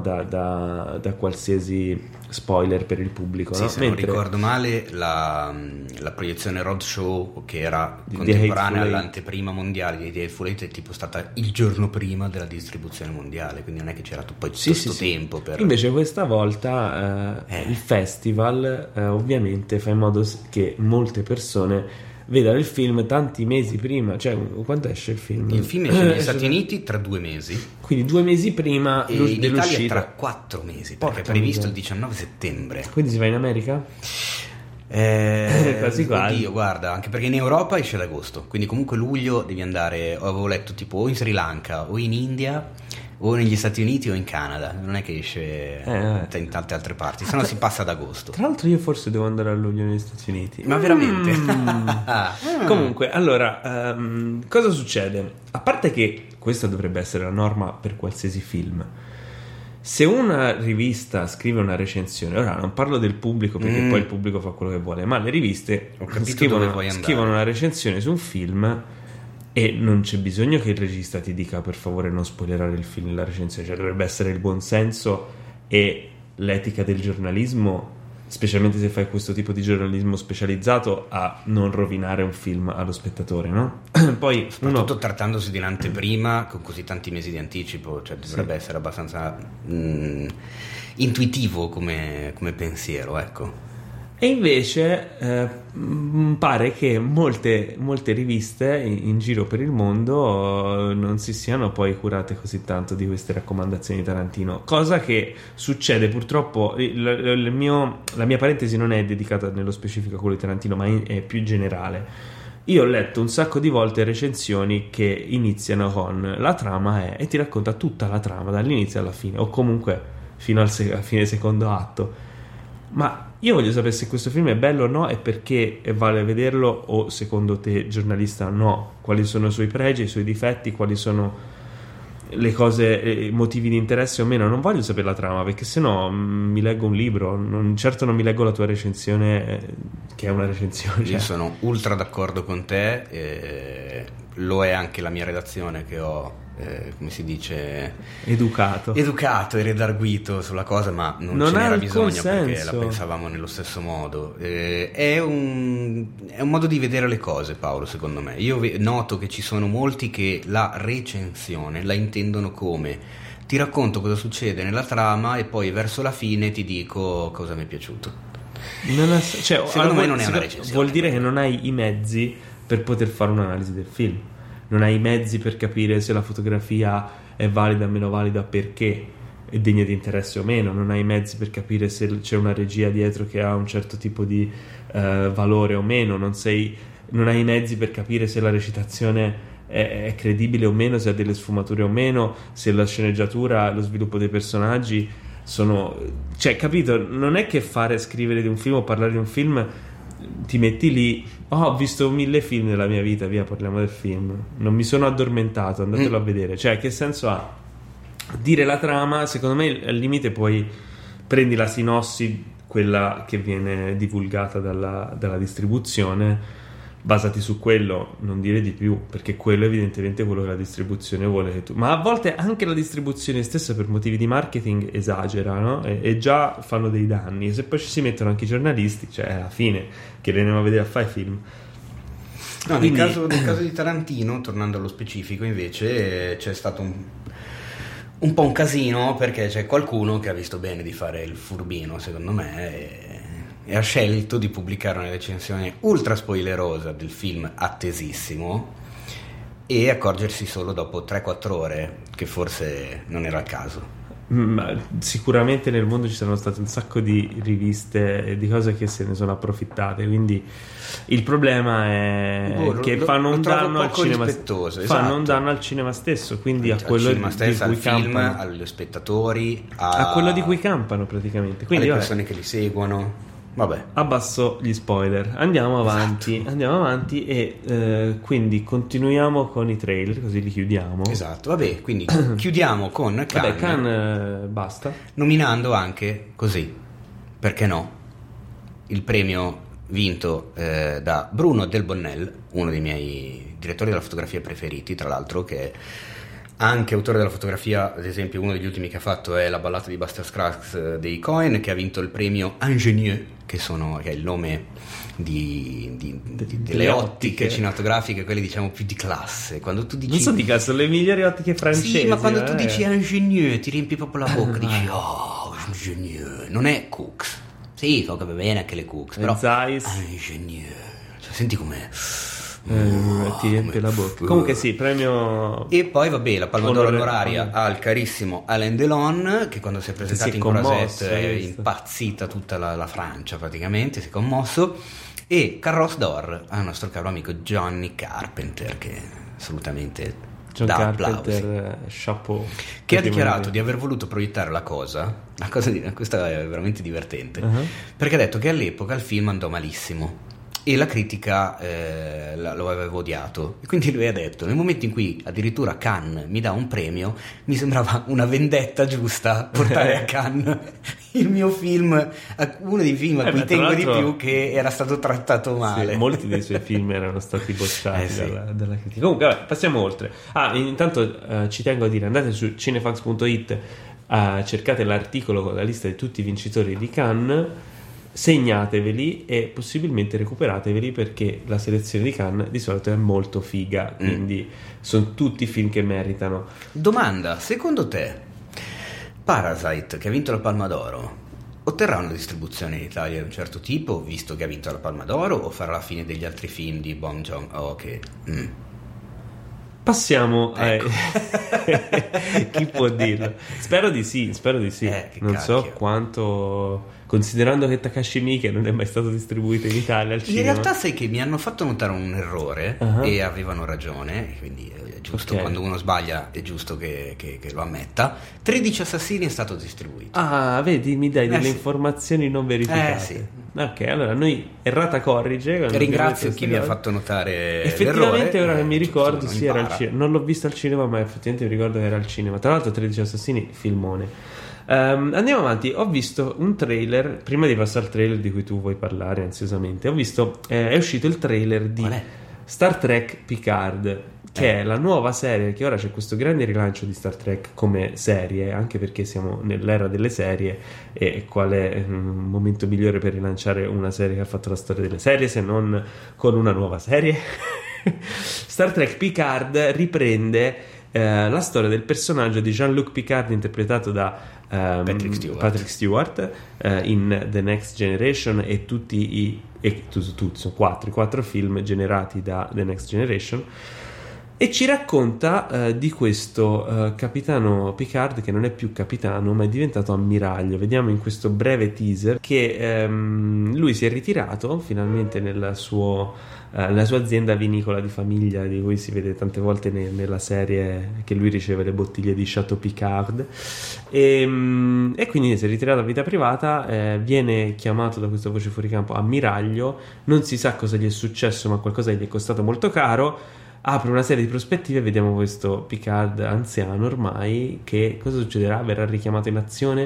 da qualsiasi spoiler per il pubblico, sì, no? Se non ricordo male la proiezione Roadshow, che era contemporanea all'anteprima mondiale di The Hateful Eight, è tipo stata il giorno prima della distribuzione mondiale, quindi non è che c'era poi tutto questo tempo per... Invece questa volta il festival ovviamente fa in modo che molte persone vedano il film tanti mesi prima. Cioè, quando esce il film? Il film esce negli Stati Uniti tra 2 mesi, quindi 2 mesi prima, e in Italia tra 4 mesi, perché è previsto il 19 settembre. Quindi si va in America? Quasi quasi. Oddio, guarda, anche perché in Europa esce ad agosto, quindi comunque luglio devi andare, avevo letto tipo o in Sri Lanka o in India o negli Stati Uniti o in Canada, non è che esce in tante altre parti, se no si passa ad agosto. Tra l'altro io forse devo andare a luglio negli Stati Uniti. Ma veramente? Comunque, allora, cosa succede? A parte che questa dovrebbe essere la norma per qualsiasi film, se una rivista scrive una recensione, ora non parlo del pubblico perché poi il pubblico fa quello che vuole, ma le riviste scrivono una recensione su un film e non c'è bisogno che il regista ti dica per favore non spoilerare il film nella recensione, cioè dovrebbe essere il buonsenso e l'etica del giornalismo, specialmente se fai questo tipo di giornalismo specializzato, a non rovinare un film allo spettatore, no? Poi soprattutto trattandosi di un'anteprima con così tanti mesi di anticipo, cioè dovrebbe essere abbastanza intuitivo come pensiero, ecco. E invece pare che molte riviste in giro per il mondo non si siano poi curate così tanto di queste raccomandazioni di Tarantino, cosa che succede purtroppo. La mia parentesi non è dedicata nello specifico a quello di Tarantino, ma è più generale. Io ho letto un sacco di volte recensioni che iniziano con la trama è, e ti racconta tutta la trama dall'inizio alla fine, o comunque fino al fine secondo atto. Ma io voglio sapere se questo film è bello o no e perché vale vederlo, o secondo te, giornalista, no, quali sono i suoi pregi, i suoi difetti, quali sono le cose, motivi di interesse o meno. Non voglio sapere la trama, perché sennò mi leggo un libro, certo non mi leggo la tua recensione, che è una recensione. Io sono ultra d'accordo con te, lo è anche la mia redazione che ho, come si dice, educato e redarguito sulla cosa, ma non ce n'era bisogno perché la pensavamo nello stesso modo. È un modo di vedere le cose, Paolo, secondo me. Io noto che ci sono molti che la recensione la intendono come: ti racconto cosa succede nella trama e poi verso la fine ti dico cosa mi è piaciuto. Secondo me non è una recensione. Vuol dire che non hai i mezzi per poter fare un'analisi del film, non hai i mezzi per capire se la fotografia è valida o meno valida, perché è degna di interesse o meno, non hai i mezzi per capire se c'è una regia dietro che ha un certo tipo di valore o meno, non hai i mezzi per capire se la recitazione è credibile o meno, se ha delle sfumature o meno, se la sceneggiatura, lo sviluppo dei personaggi sono, cioè, capito? Non è che scrivere di un film o parlare di un film ti metti lì, ho visto 1000 film nella mia vita, via, parliamo del film, non mi sono addormentato, andatelo a vedere. Cioè, che senso ha dire la trama? Secondo me al limite poi prendi la sinossi, quella che viene divulgata dalla distribuzione, basati su quello, non dire di più, perché quello è evidentemente quello che la distribuzione vuole che tu, ma a volte anche la distribuzione stessa per motivi di marketing esagera, no? E già fanno dei danni, e se poi ci si mettono anche i giornalisti, cioè alla fine che li andiamo a vedere a fare film. No, nel caso di Tarantino, tornando allo specifico, invece c'è stato un po' un casino, perché c'è qualcuno che ha visto bene di fare il furbino, secondo me, e ha scelto di pubblicare una recensione ultra spoilerosa del film attesissimo e accorgersi solo dopo 3-4 ore che forse non era il caso. Ma sicuramente nel mondo ci saranno state un sacco di riviste e di cose che se ne sono approfittate, quindi il problema è che fanno un danno al cinema, fanno un danno al cinema stesso, quindi a quello cinema stesso, di cui al film, campano, agli spettatori, a quello di cui campano praticamente, quindi alle persone che li seguono. Vabbè, abbasso gli spoiler, andiamo avanti e quindi continuiamo con i trailer, così li chiudiamo. Esatto, vabbè, quindi chiudiamo con Cannes. Vabbè, Cannes basta, nominando anche, così, perché no, il premio vinto da Bruno Del Bonnell, uno dei miei direttori della fotografia preferiti, tra l'altro, che è anche autore della fotografia. Ad esempio, uno degli ultimi che ha fatto è La ballata di Buster Scruggs dei Coen, che ha vinto il premio Ingenieux, che è il nome delle ottiche cinematografiche, quelle diciamo più di classe. Quando tu dici, non so di classe, sono le migliori ottiche francesi. Sì, ma quando tu dici Ingenieux ti riempi proprio la bocca, dici oh, Ingenieux, non è Cooks. Sì, fa bene anche le Cooks, però Ingenieux, cioè, senti com'è. Ti riempie la bocca. Comunque sì, premio. E poi vabbè, la Palma d'Oro onoraria al carissimo Alain Delon, che quando si è presentato in Croisette è impazzita tutta la Francia, praticamente si è commosso. E Carrosse d'Or al nostro caro amico Johnny Carpenter, che assolutamente John da Carpenter, applausi, chapeau, che ha dichiarato di aver voluto proiettare la cosa questa è veramente divertente, perché ha detto che all'epoca il film andò malissimo e la critica lo aveva odiato, e quindi lui ha detto: nel momento in cui addirittura Cannes mi dà un premio, mi sembrava una vendetta giusta portare a Cannes il mio film, uno dei film a cui tengo di più, che era stato trattato male. Sì, molti dei suoi film erano stati bocciati sì. dalla critica. Comunque vabbè, passiamo oltre. Intanto ci tengo a dire, andate su cinefax.it, cercate l'articolo con la lista di tutti i vincitori di Cannes, segnateveli e possibilmente recuperateveli, perché la selezione di Cannes di solito è molto figa, quindi sono tutti film che meritano. Domanda: secondo te Parasite, che ha vinto la Palma d'Oro, otterrà una distribuzione in Italia di un certo tipo, visto che ha vinto la Palma d'Oro, o farà la fine degli altri film di Bong Joon-ho che... Passiamo ecco. Chi può dirlo? Spero di sì. Non so quanto, considerando che Takashi Miike non è mai stato distribuito in Italia al cinema. In realtà sai che mi hanno fatto notare un errore, e avevano ragione, quindi è giusto, quando uno sbaglia è giusto che lo ammetta. 13 Assassini è stato distribuito. Vedi, mi dai delle sì. informazioni non verificate. Sì. Ok, allora noi errata corrige. Ringrazio chi mi ha fatto notare effettivamente l'errore. Ora che mi ricordo, sì, era al cinema. Non l'ho visto al cinema, ma effettivamente mi ricordo che era al cinema. Tra l'altro 13 Assassini, filmone. Andiamo avanti. Ho visto un trailer, prima di passare al trailer di cui tu vuoi parlare ansiosamente. Ho visto, è uscito il trailer di Star Trek Picard, che è la nuova serie, che ora c'è questo grande rilancio di Star Trek come serie, anche perché siamo nell'era delle serie, e qual è un momento migliore per rilanciare una serie che ha fatto la storia delle serie se non con una nuova serie? Star Trek Picard riprende la storia del personaggio di Jean-Luc Picard, interpretato da Patrick Stewart in The Next Generation, e tutti sono quattro film generati da The Next Generation, e ci racconta di questo capitano Picard, che non è più capitano ma è diventato ammiraglio. Vediamo in questo breve teaser che lui si è ritirato finalmente nella sua azienda vinicola di famiglia, di cui si vede tante volte nella serie, che lui riceve le bottiglie di Chateau Picard, e quindi si è ritirato a vita privata. Viene chiamato da questa voce fuori campo ammiraglio, non si sa cosa gli è successo, ma qualcosa gli è costato molto caro. Apre una serie di prospettive, vediamo questo Picard anziano ormai, che cosa succederà? Verrà richiamato in azione?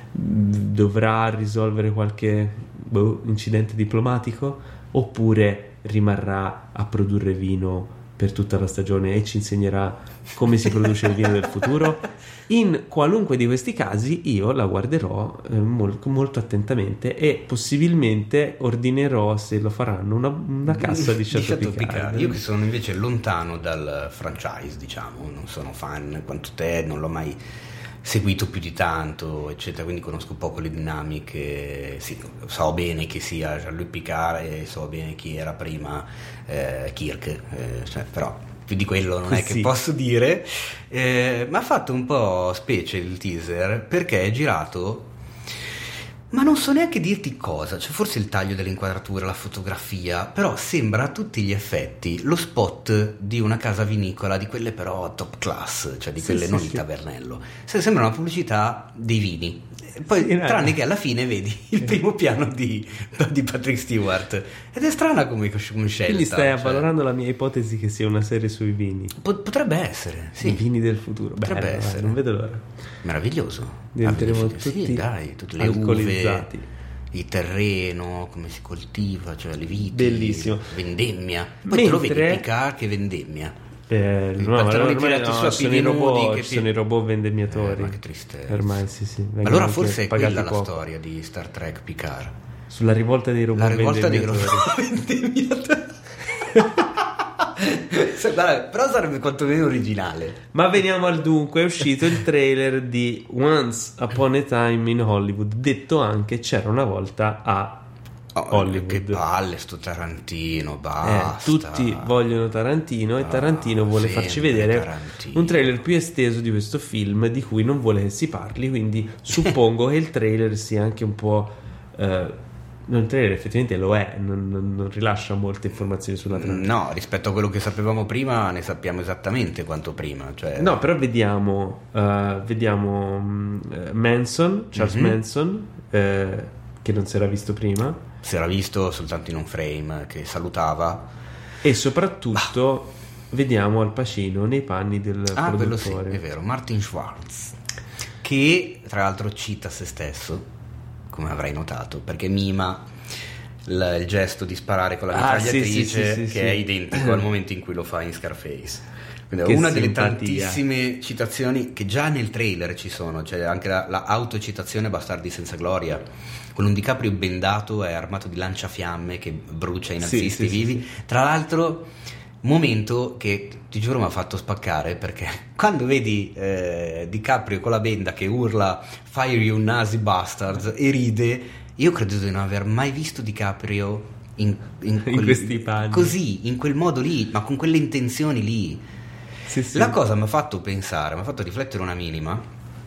Dovrà risolvere qualche incidente diplomatico? Oppure rimarrà a produrre vino per tutta la stagione e ci insegnerà come si produce il vino del futuro? In qualunque di questi casi io la guarderò molto attentamente, e possibilmente ordinerò, se lo faranno, una cassa di Chateau Picard. Io che sono invece lontano dal franchise, diciamo, non sono fan quanto te, non l'ho mai seguito più di tanto, eccetera, quindi conosco poco le dinamiche. Sì, so bene che sia Jean-Luc Picard e so bene chi era prima Kirk, però più di quello non è che posso dire. Ma ha fatto un po' specie il teaser, perché è girato, ma non so neanche dirti cosa, cioè forse il taglio dell'inquadratura, la fotografia, però sembra a tutti gli effetti lo spot di una casa vinicola, di quelle però top class, cioè di quelle non il tavernello. Sembra una pubblicità dei vini. Poi, tranne che alla fine vedi il primo piano di Patrick Stewart, ed è strana come scelta. Quindi stai avvalorando la mia ipotesi che sia una serie sui vini. Potrebbe essere, sì. I vini del futuro. Potrebbe essere. Non vedo l'ora. Meraviglioso. Diventeremo tutti tutte le alcolizzati. uve, il terreno, come si coltiva, cioè le viti. Bellissimo. Vendemmia. Poi te lo vedi Picard che vendemmia. Sono i robot vendemmiatori. Ma che tristezza. Ormai sì. Allora forse è quella la storia di Star Trek Picard. Sulla rivolta dei robot vendemmiatori. Però sarebbe quantomeno originale. Ma veniamo al dunque. È uscito il trailer di Once Upon a Time in Hollywood, detto anche C'era una volta a Hollywood. Che palle sto Tarantino, basta. Tutti vogliono Tarantino, e Tarantino vuole farci vedere un trailer più esteso di questo film, di cui non vuole che si parli, quindi suppongo che il trailer sia anche un po' il trailer effettivamente lo è, non rilascia molte informazioni sulla trama. No, rispetto a quello che sapevamo prima ne sappiamo esattamente quanto prima, cioè... No, però vediamo Manson, Charles Manson, che non si era visto prima, si era visto soltanto in un frame che salutava. E soprattutto vediamo Al Pacino nei panni del produttore. Quello sì, è vero, Martin Schwartz, che tra l'altro cita se stesso, come avrai notato, perché mima il gesto di sparare con la mitragliatrice, sì, è identico al momento in cui lo fa in Scarface. Quindi Che è una delle simpatia. tantissime citazioni che già nel trailer ci sono, c'è anche la autocitazione Bastardi senza gloria, con un DiCaprio bendato e armato di lanciafiamme che brucia i nazisti vivi. Sì. Tra l'altro, momento che ti giuro mi ha fatto spaccare, perché quando vedi DiCaprio con la benda che urla "Fire you Nazi bastards" e ride, io credo di non aver mai visto DiCaprio in questi panni, così, in quel modo lì, ma con quelle intenzioni lì. Sì. La cosa mi ha fatto pensare, mi ha fatto riflettere una minima,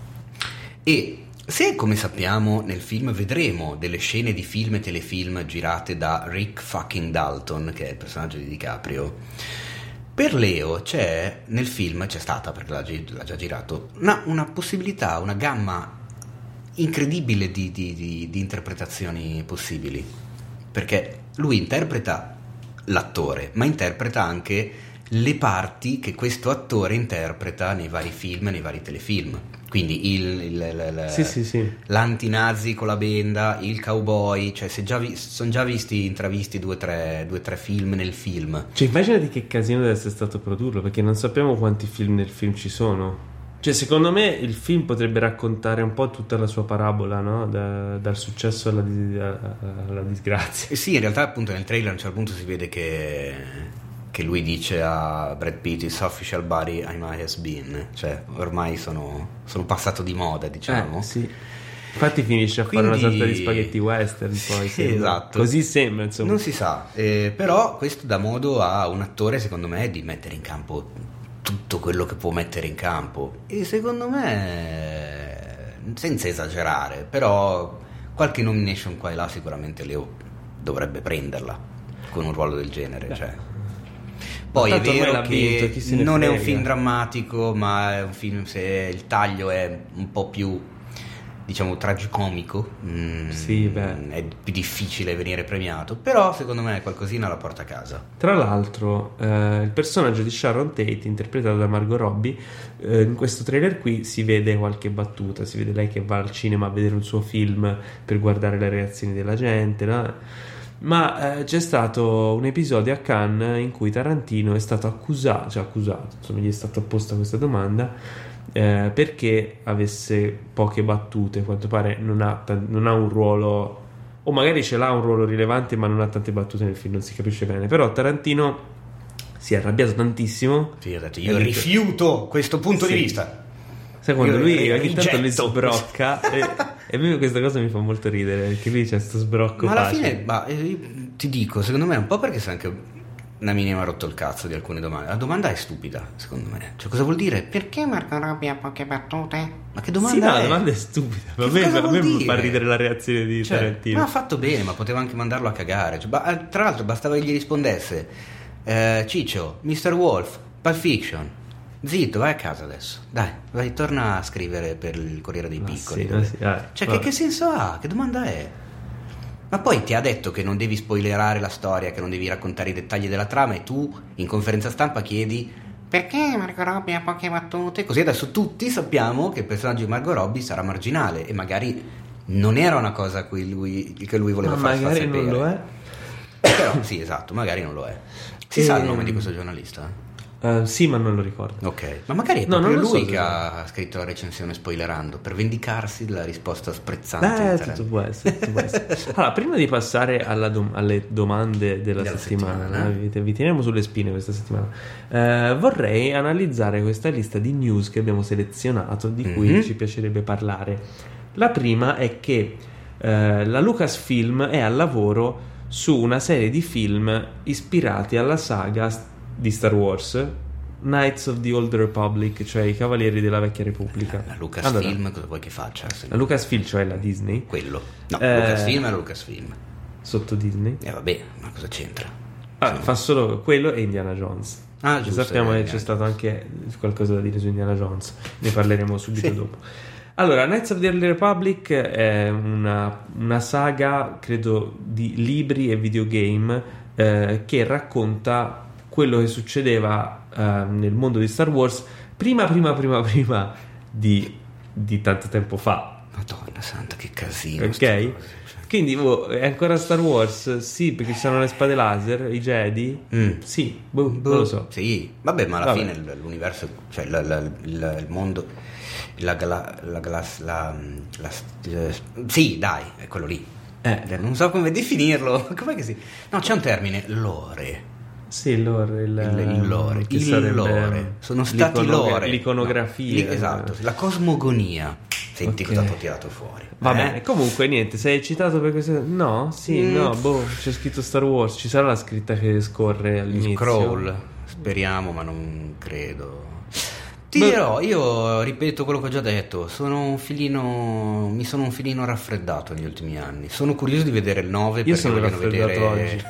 e se, come sappiamo, nel film vedremo delle scene di film e telefilm girate da Rick fucking Dalton, che è il personaggio di DiCaprio, per Leo c'è nel film, c'è stata, perché l'ha già girato, una possibilità, una gamma incredibile di interpretazioni possibili, perché lui interpreta l'attore, ma interpreta anche le parti che questo attore interpreta nei vari film e nei vari telefilm. Quindi l'antinazi con la benda, il cowboy, cioè sono già visti intravisti due o tre film nel film. Cioè immaginati che casino deve essere stato produrlo, perché non sappiamo quanti film nel film ci sono. Cioè secondo me il film potrebbe raccontare un po' tutta la sua parabola, no? Dal successo alla disgrazia. Sì, in realtà appunto nel trailer a un certo punto si vede che lui dice a Brad Pitt "It's official buddy, I might has been", cioè ormai sono passato di moda, diciamo. Sì. Infatti finisce a fare una sorta di spaghetti western, poi sì, esatto. Così sembra, insomma. Non si sa, però questo dà modo a un attore, secondo me, di mettere in campo tutto quello che può mettere in campo, e secondo me, senza esagerare, però qualche nomination qua e là sicuramente Leo dovrebbe prenderla con un ruolo del genere. Cioè. Poi è vero che non è un film drammatico, ma è un film, se il taglio è un po' più, diciamo, tragicomico, è più difficile venire premiato, però secondo me qualcosina la porta a casa. Tra l'altro il personaggio di Sharon Tate, interpretato da Margot Robbie, in questo trailer qui si vede qualche battuta, si vede lei che va al cinema a vedere un suo film per guardare le reazioni della gente, no? Ma c'è stato un episodio a Cannes in cui Tarantino è stato accusato, insomma gli è stata posta questa domanda, perché avesse poche battute, a quanto pare non ha un ruolo, o magari ce l'ha un ruolo rilevante ma non ha tante battute nel film, non si capisce bene. Però Tarantino si è arrabbiato tantissimo. Sì, ho detto, io rifiuto questo punto di vista. Sai quando lui ogni tanto li sbrocca e a me questa cosa mi fa molto ridere, perché lui c'è sto sbrocco ma alla facile. fine, ti dico, secondo me è un po' perché sei anche una minima rotto il cazzo di alcune domande. La domanda è stupida, secondo me. Cioè, cosa vuol dire? Perché Margot Robbie ha poche battute? Ma che domanda è? La domanda è stupida. A me fa ridere la reazione di Tarantino. Ma ha fatto bene, ma poteva anche mandarlo a cagare. Cioè, tra l'altro bastava che gli rispondesse Ciccio, Mr. Wolf, Pulp Fiction. Zitto, vai a casa adesso. Dai, torna a scrivere per il Corriere dei Piccoli. Cioè, che senso ha? Che domanda è? Ma poi ti ha detto che non devi spoilerare la storia, che non devi raccontare i dettagli della trama, e tu in conferenza stampa chiedi perché Margot Robbie ha poche battute? Così adesso tutti sappiamo che il personaggio di Margot Robbie sarà marginale, e magari non era una cosa che lui voleva far sapere. Magari non lo è. Però sì, esatto, magari non lo è. Si sa il nome di questo giornalista? Sì, ma non lo ricordo. Ok, ma magari è proprio lui che ha scritto la recensione spoilerando per vendicarsi della risposta sprezzante. Tutto può essere. Allora, prima di passare alle domande della settimana. Vi teniamo sulle spine questa settimana. Vorrei analizzare questa lista di news che abbiamo selezionato, di cui ci piacerebbe parlare. La prima è che la Lucasfilm è al lavoro su una serie di film ispirati alla saga di Star Wars, Knights of the Old Republic, cioè i Cavalieri della Vecchia Repubblica. La Lucasfilm, cosa vuoi che faccia? La Lucasfilm, cioè la Disney? Quello. No, Lucasfilm è la Lucasfilm. Sotto Disney? Vabbè, ma cosa c'entra? Fa solo quello e Indiana Jones. Giusto. Sappiamo che c'è stato anche qualcosa da dire su Indiana Jones. Ne parleremo subito dopo. Allora, Knights of the Old Republic è una saga, credo, di libri e videogame che racconta quello che succedeva nel mondo di Star Wars prima di tanto tempo fa. Madonna santa, che casino. Ok? Quindi è ancora Star Wars? Sì, perché ci sono le spade laser, i Jedi? Sì, non lo so. Sì, vabbè, ma alla fine l'universo, cioè il mondo, sì, dai, è quello lì. Non so come definirlo. Com'è che si... No, c'è un termine, lore. Sì, lore, il lore. Sono stati lore. L'iconografia. No, esatto, la cosmogonia. Senti cosa ti ho tirato fuori. Va bene, comunque niente, sei eccitato per questo? No, sì, no, c'è scritto Star Wars, ci sarà la scritta che scorre all'inizio. Scroll, speriamo, ma non credo. Ti dirò, io ripeto quello che ho già detto, mi sono un filino raffreddato negli ultimi anni. Sono curioso di vedere il 9 perché vogliono vedere oggi.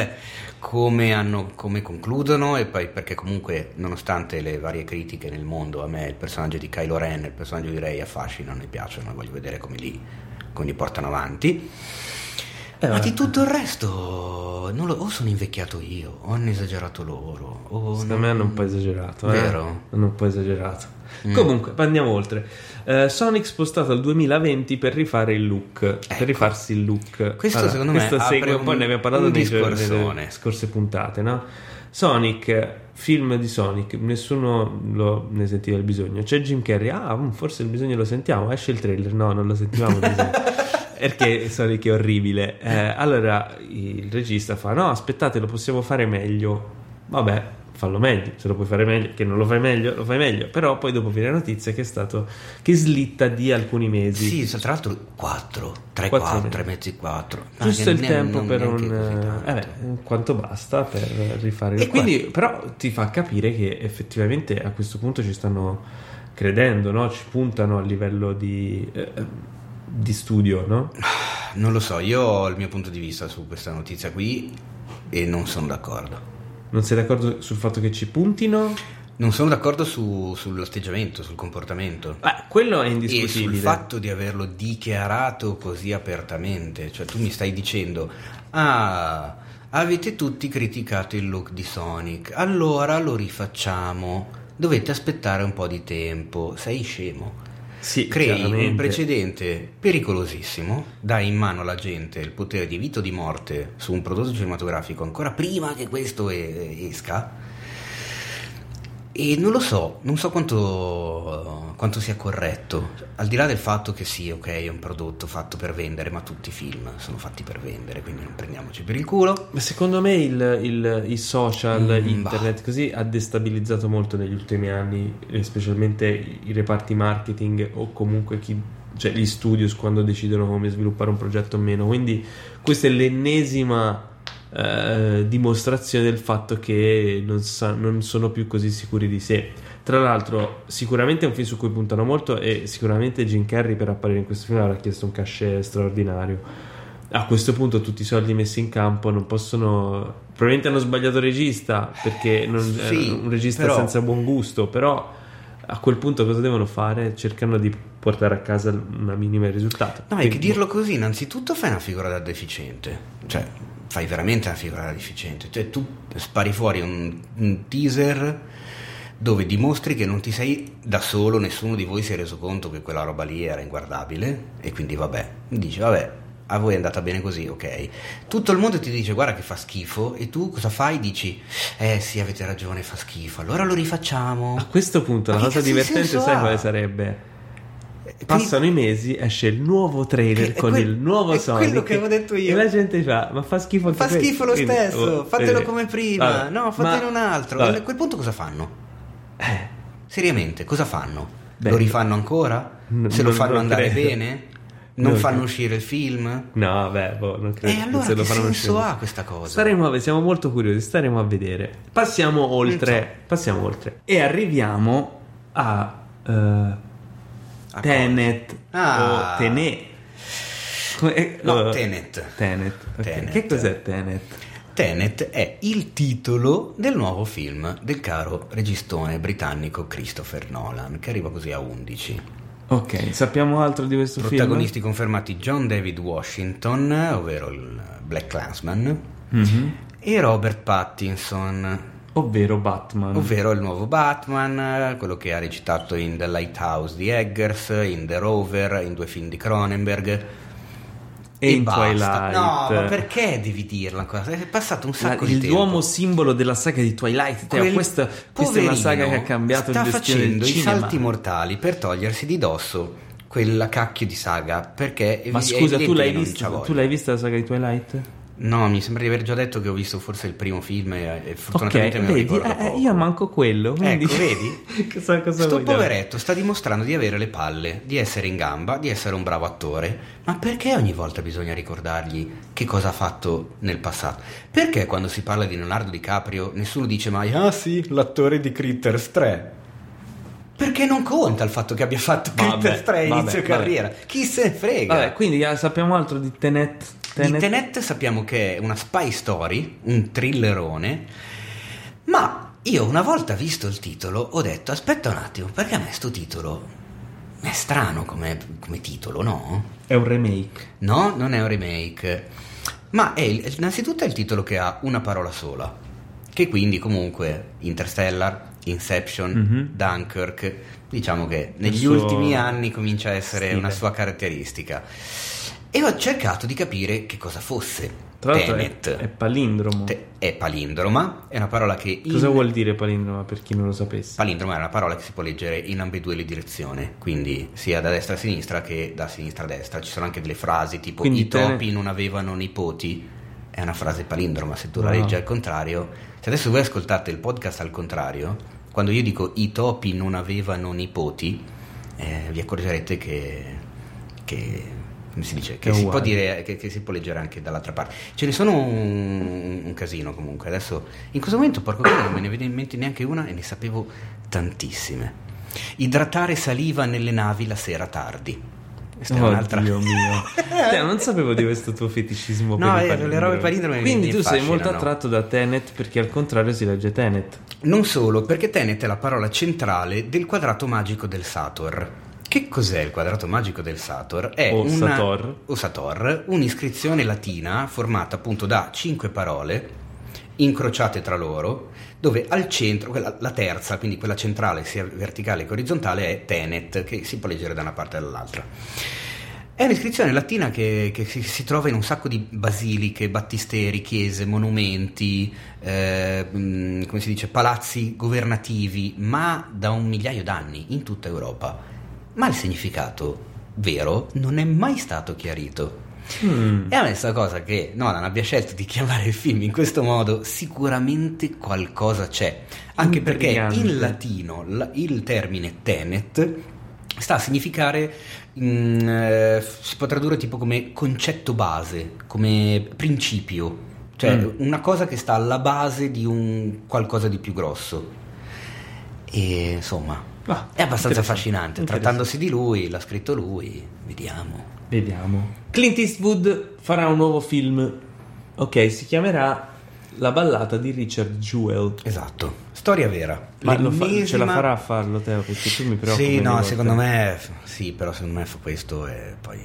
come concludono, e poi perché comunque, nonostante le varie critiche nel mondo, a me il personaggio di Kylo Ren e il personaggio di Rey affascinano e piacciono, voglio vedere come li portano avanti. Ma di tutto il resto o sono invecchiato io o hanno esagerato loro, secondo me hanno un po' esagerato, vero? Hanno un po' esagerato. Comunque andiamo oltre. Sonic spostato al 2020 per rifare il look, per rifarsi il look. Questo secondo me segue un po', ne abbiamo parlato nelle scorse puntate, no? Sonic, film di Sonic, nessuno ne sentiva il bisogno. C'è Jim Carrey, forse il bisogno lo sentiamo, esce il trailer, no, non lo sentivamo il bisogno. Perché Sonic è orribile. Allora il regista fa: no, aspettate, lo possiamo fare meglio. Vabbè, fallo meglio. Se lo puoi fare meglio, che non lo fai meglio, lo fai meglio. Però poi dopo viene la notizia che slitta di alcuni mesi. Sì, tra l'altro 3 mesi, 4. Giusto il tempo per quanto basta per rifare il quindi però ti fa capire che effettivamente a questo punto ci stanno credendo, no? Ci puntano a livello di studio, no? Non lo so, io ho il mio punto di vista su questa notizia qui e non sono d'accordo. Non sei d'accordo sul fatto che ci puntino? Non sono d'accordo sull'atteggiamento, sul comportamento. Quello è indiscutibile. E sul fatto di averlo dichiarato così apertamente. Cioè tu mi stai dicendo: avete tutti criticato il look di Sonic, allora lo rifacciamo, dovete aspettare un po' di tempo. Sei scemo. Sì, crei un precedente pericolosissimo, dai in mano alla gente il potere di vita o di morte su un prodotto cinematografico ancora prima che questo esca, e non so quanto sia corretto, al di là del fatto che sì, ok, è un prodotto fatto per vendere, ma tutti i film sono fatti per vendere, quindi non prendiamoci per il culo. Ma secondo me i social, internet così ha destabilizzato molto negli ultimi anni, specialmente i reparti marketing o comunque cioè gli studios quando decidono come sviluppare un progetto o meno, quindi questa è l'ennesima dimostrazione del fatto che non sono più così sicuri di sé. Tra l'altro sicuramente è un film su cui puntano molto e sicuramente Jim Carrey per apparire in questo film avrà chiesto un cachet straordinario. A questo punto tutti i soldi messi in campo non possono, probabilmente hanno sbagliato regista perché un regista senza buon gusto, però a quel punto cosa devono fare? Cercano di portare a casa una minima risultato. No, è che dirlo così, innanzitutto fai una figura da deficiente, cioè fai veramente una figura da deficiente, cioè tu spari fuori un teaser dove dimostri che non ti sei da solo, nessuno di voi si è reso conto che quella roba lì era inguardabile e quindi dici a voi è andata bene così, ok, tutto il mondo ti dice guarda che fa schifo e tu cosa fai? Dici sì, avete ragione, fa schifo, allora lo rifacciamo. A questo punto la cosa divertente sai quale sarebbe? Passano i mesi, esce il nuovo trailer con il nuovo Sonic, quello che avevo detto io, e la gente fa ma fa schifo anche fa schifo lo quindi, stesso, fatelo come prima, vabbè, fatelo un altro. A quel punto cosa fanno? Seriamente cosa fanno? Lo rifanno ancora? Se lo fanno andare bene? Non fanno uscire il film? No, non credo. Allora se che senso ha questa cosa? Siamo molto curiosi, staremo a vedere. Passiamo oltre e arriviamo a Tenet o Tenet. Tenet. Okay. Che cos'è Tenet? Tenet è il titolo del nuovo film del caro registone britannico Christopher Nolan, che arriva così a 11. Ok, sappiamo altro di questo Protagonisti confermati: John David Washington, ovvero il Black Klansman, e Robert Pattinson, ovvero Batman, ovvero il nuovo Batman, quello che ha recitato in The Lighthouse di Eggers, in The Rover, in 2 film di Cronenberg e in basta. Twilight. No, ma perché devi dirla ancora? È passato un sacco di tempo. L'uomo simbolo della saga di Twilight, Teo. Questa è una saga che ha cambiato il destino del cinema. Sta facendo i salti mortali per togliersi di dosso quella cacchio di saga, perché ma scusa, tu l'hai vista la saga di Twilight? No, mi sembra di aver già detto che ho visto forse il primo film e fortunatamente me lo ricordo poco. Io manco quello, quindi... Ecco, vedi? cosa sto poveretto sta dimostrando di avere le palle, di essere in gamba, di essere un bravo attore, ma perché ogni volta bisogna ricordargli che cosa ha fatto nel passato? Perché quando si parla di Leonardo DiCaprio nessuno dice mai "ah sì, l'attore di Critters 3"? Perché non conta il fatto che abbia fatto Critters 3 inizio carriera. Chi se ne frega? Vabbè, quindi sappiamo altro di Tenet. Di Tenet sappiamo che è una spy story, un thrillerone, ma io una volta visto il titolo ho detto aspetta un attimo, perché a me sto titolo è strano come titolo, no? È un remake. No, non è un remake, ma innanzitutto è il titolo che ha una parola sola, che quindi comunque Interstellar, Inception, Dunkirk, diciamo che negli ultimi anni comincia a essere una sua caratteristica. E ho cercato di capire che cosa fosse. Tra l'altro Tenet. È palindromo. È palindroma, è una parola che... Cosa vuol dire palindroma, per chi non lo sapesse? Palindroma è una parola che si può leggere in ambedue le direzioni, quindi sia da destra a sinistra che da sinistra a destra. Ci sono anche delle frasi tipo quindi i topi non avevano nipoti, è una frase palindroma, se tu la leggi al contrario. Se adesso voi ascoltate il podcast al contrario, quando io dico i topi non avevano nipoti, vi accorgerete che come si dice, che si può dire, che si può leggere anche dall'altra parte. Ce ne sono un casino comunque. Adesso in questo momento porco cane non me ne viene in mente neanche una e ne sapevo tantissime. Idratare saliva nelle navi la sera tardi. Questa è un'altra. Dio mio. Non sapevo di questo tuo feticismo. No, le robe palindrome. Quindi tu sei molto attratto da Tenet perché al contrario si legge Tenet. Non solo, perché Tenet è la parola centrale del quadrato magico del Sator. Che cos'è il quadrato magico del Sator? È Sator, un'iscrizione latina formata appunto da 5 parole incrociate tra loro, dove al centro, la terza, quindi quella centrale sia verticale che orizzontale, è Tenet, che si può leggere da una parte e dall'altra. È un'iscrizione latina che si trova in un sacco di basiliche, battisteri, chiese, monumenti, come si dice, palazzi governativi, ma da 1 migliaio d'anni in tutta Europa. Ma il significato vero non è mai stato chiarito. E a me questa cosa che Nolan abbia scelto di chiamare il film in questo modo, sicuramente qualcosa c'è, anche perché in latino il termine Tenet sta a significare, si può tradurre tipo come concetto base, come principio, cioè una cosa che sta alla base di un qualcosa di più grosso. E insomma è abbastanza affascinante. Trattandosi di lui, l'ha scritto lui. Vediamo. Clint Eastwood farà un nuovo film. Ok, si chiamerà La ballata di Richard Jewell. Esatto, storia vera. Ma ce la farà a farlo, Teo? Perché tu mi preoccupi. Sì, no, secondo me sì, però secondo me fa questo e poi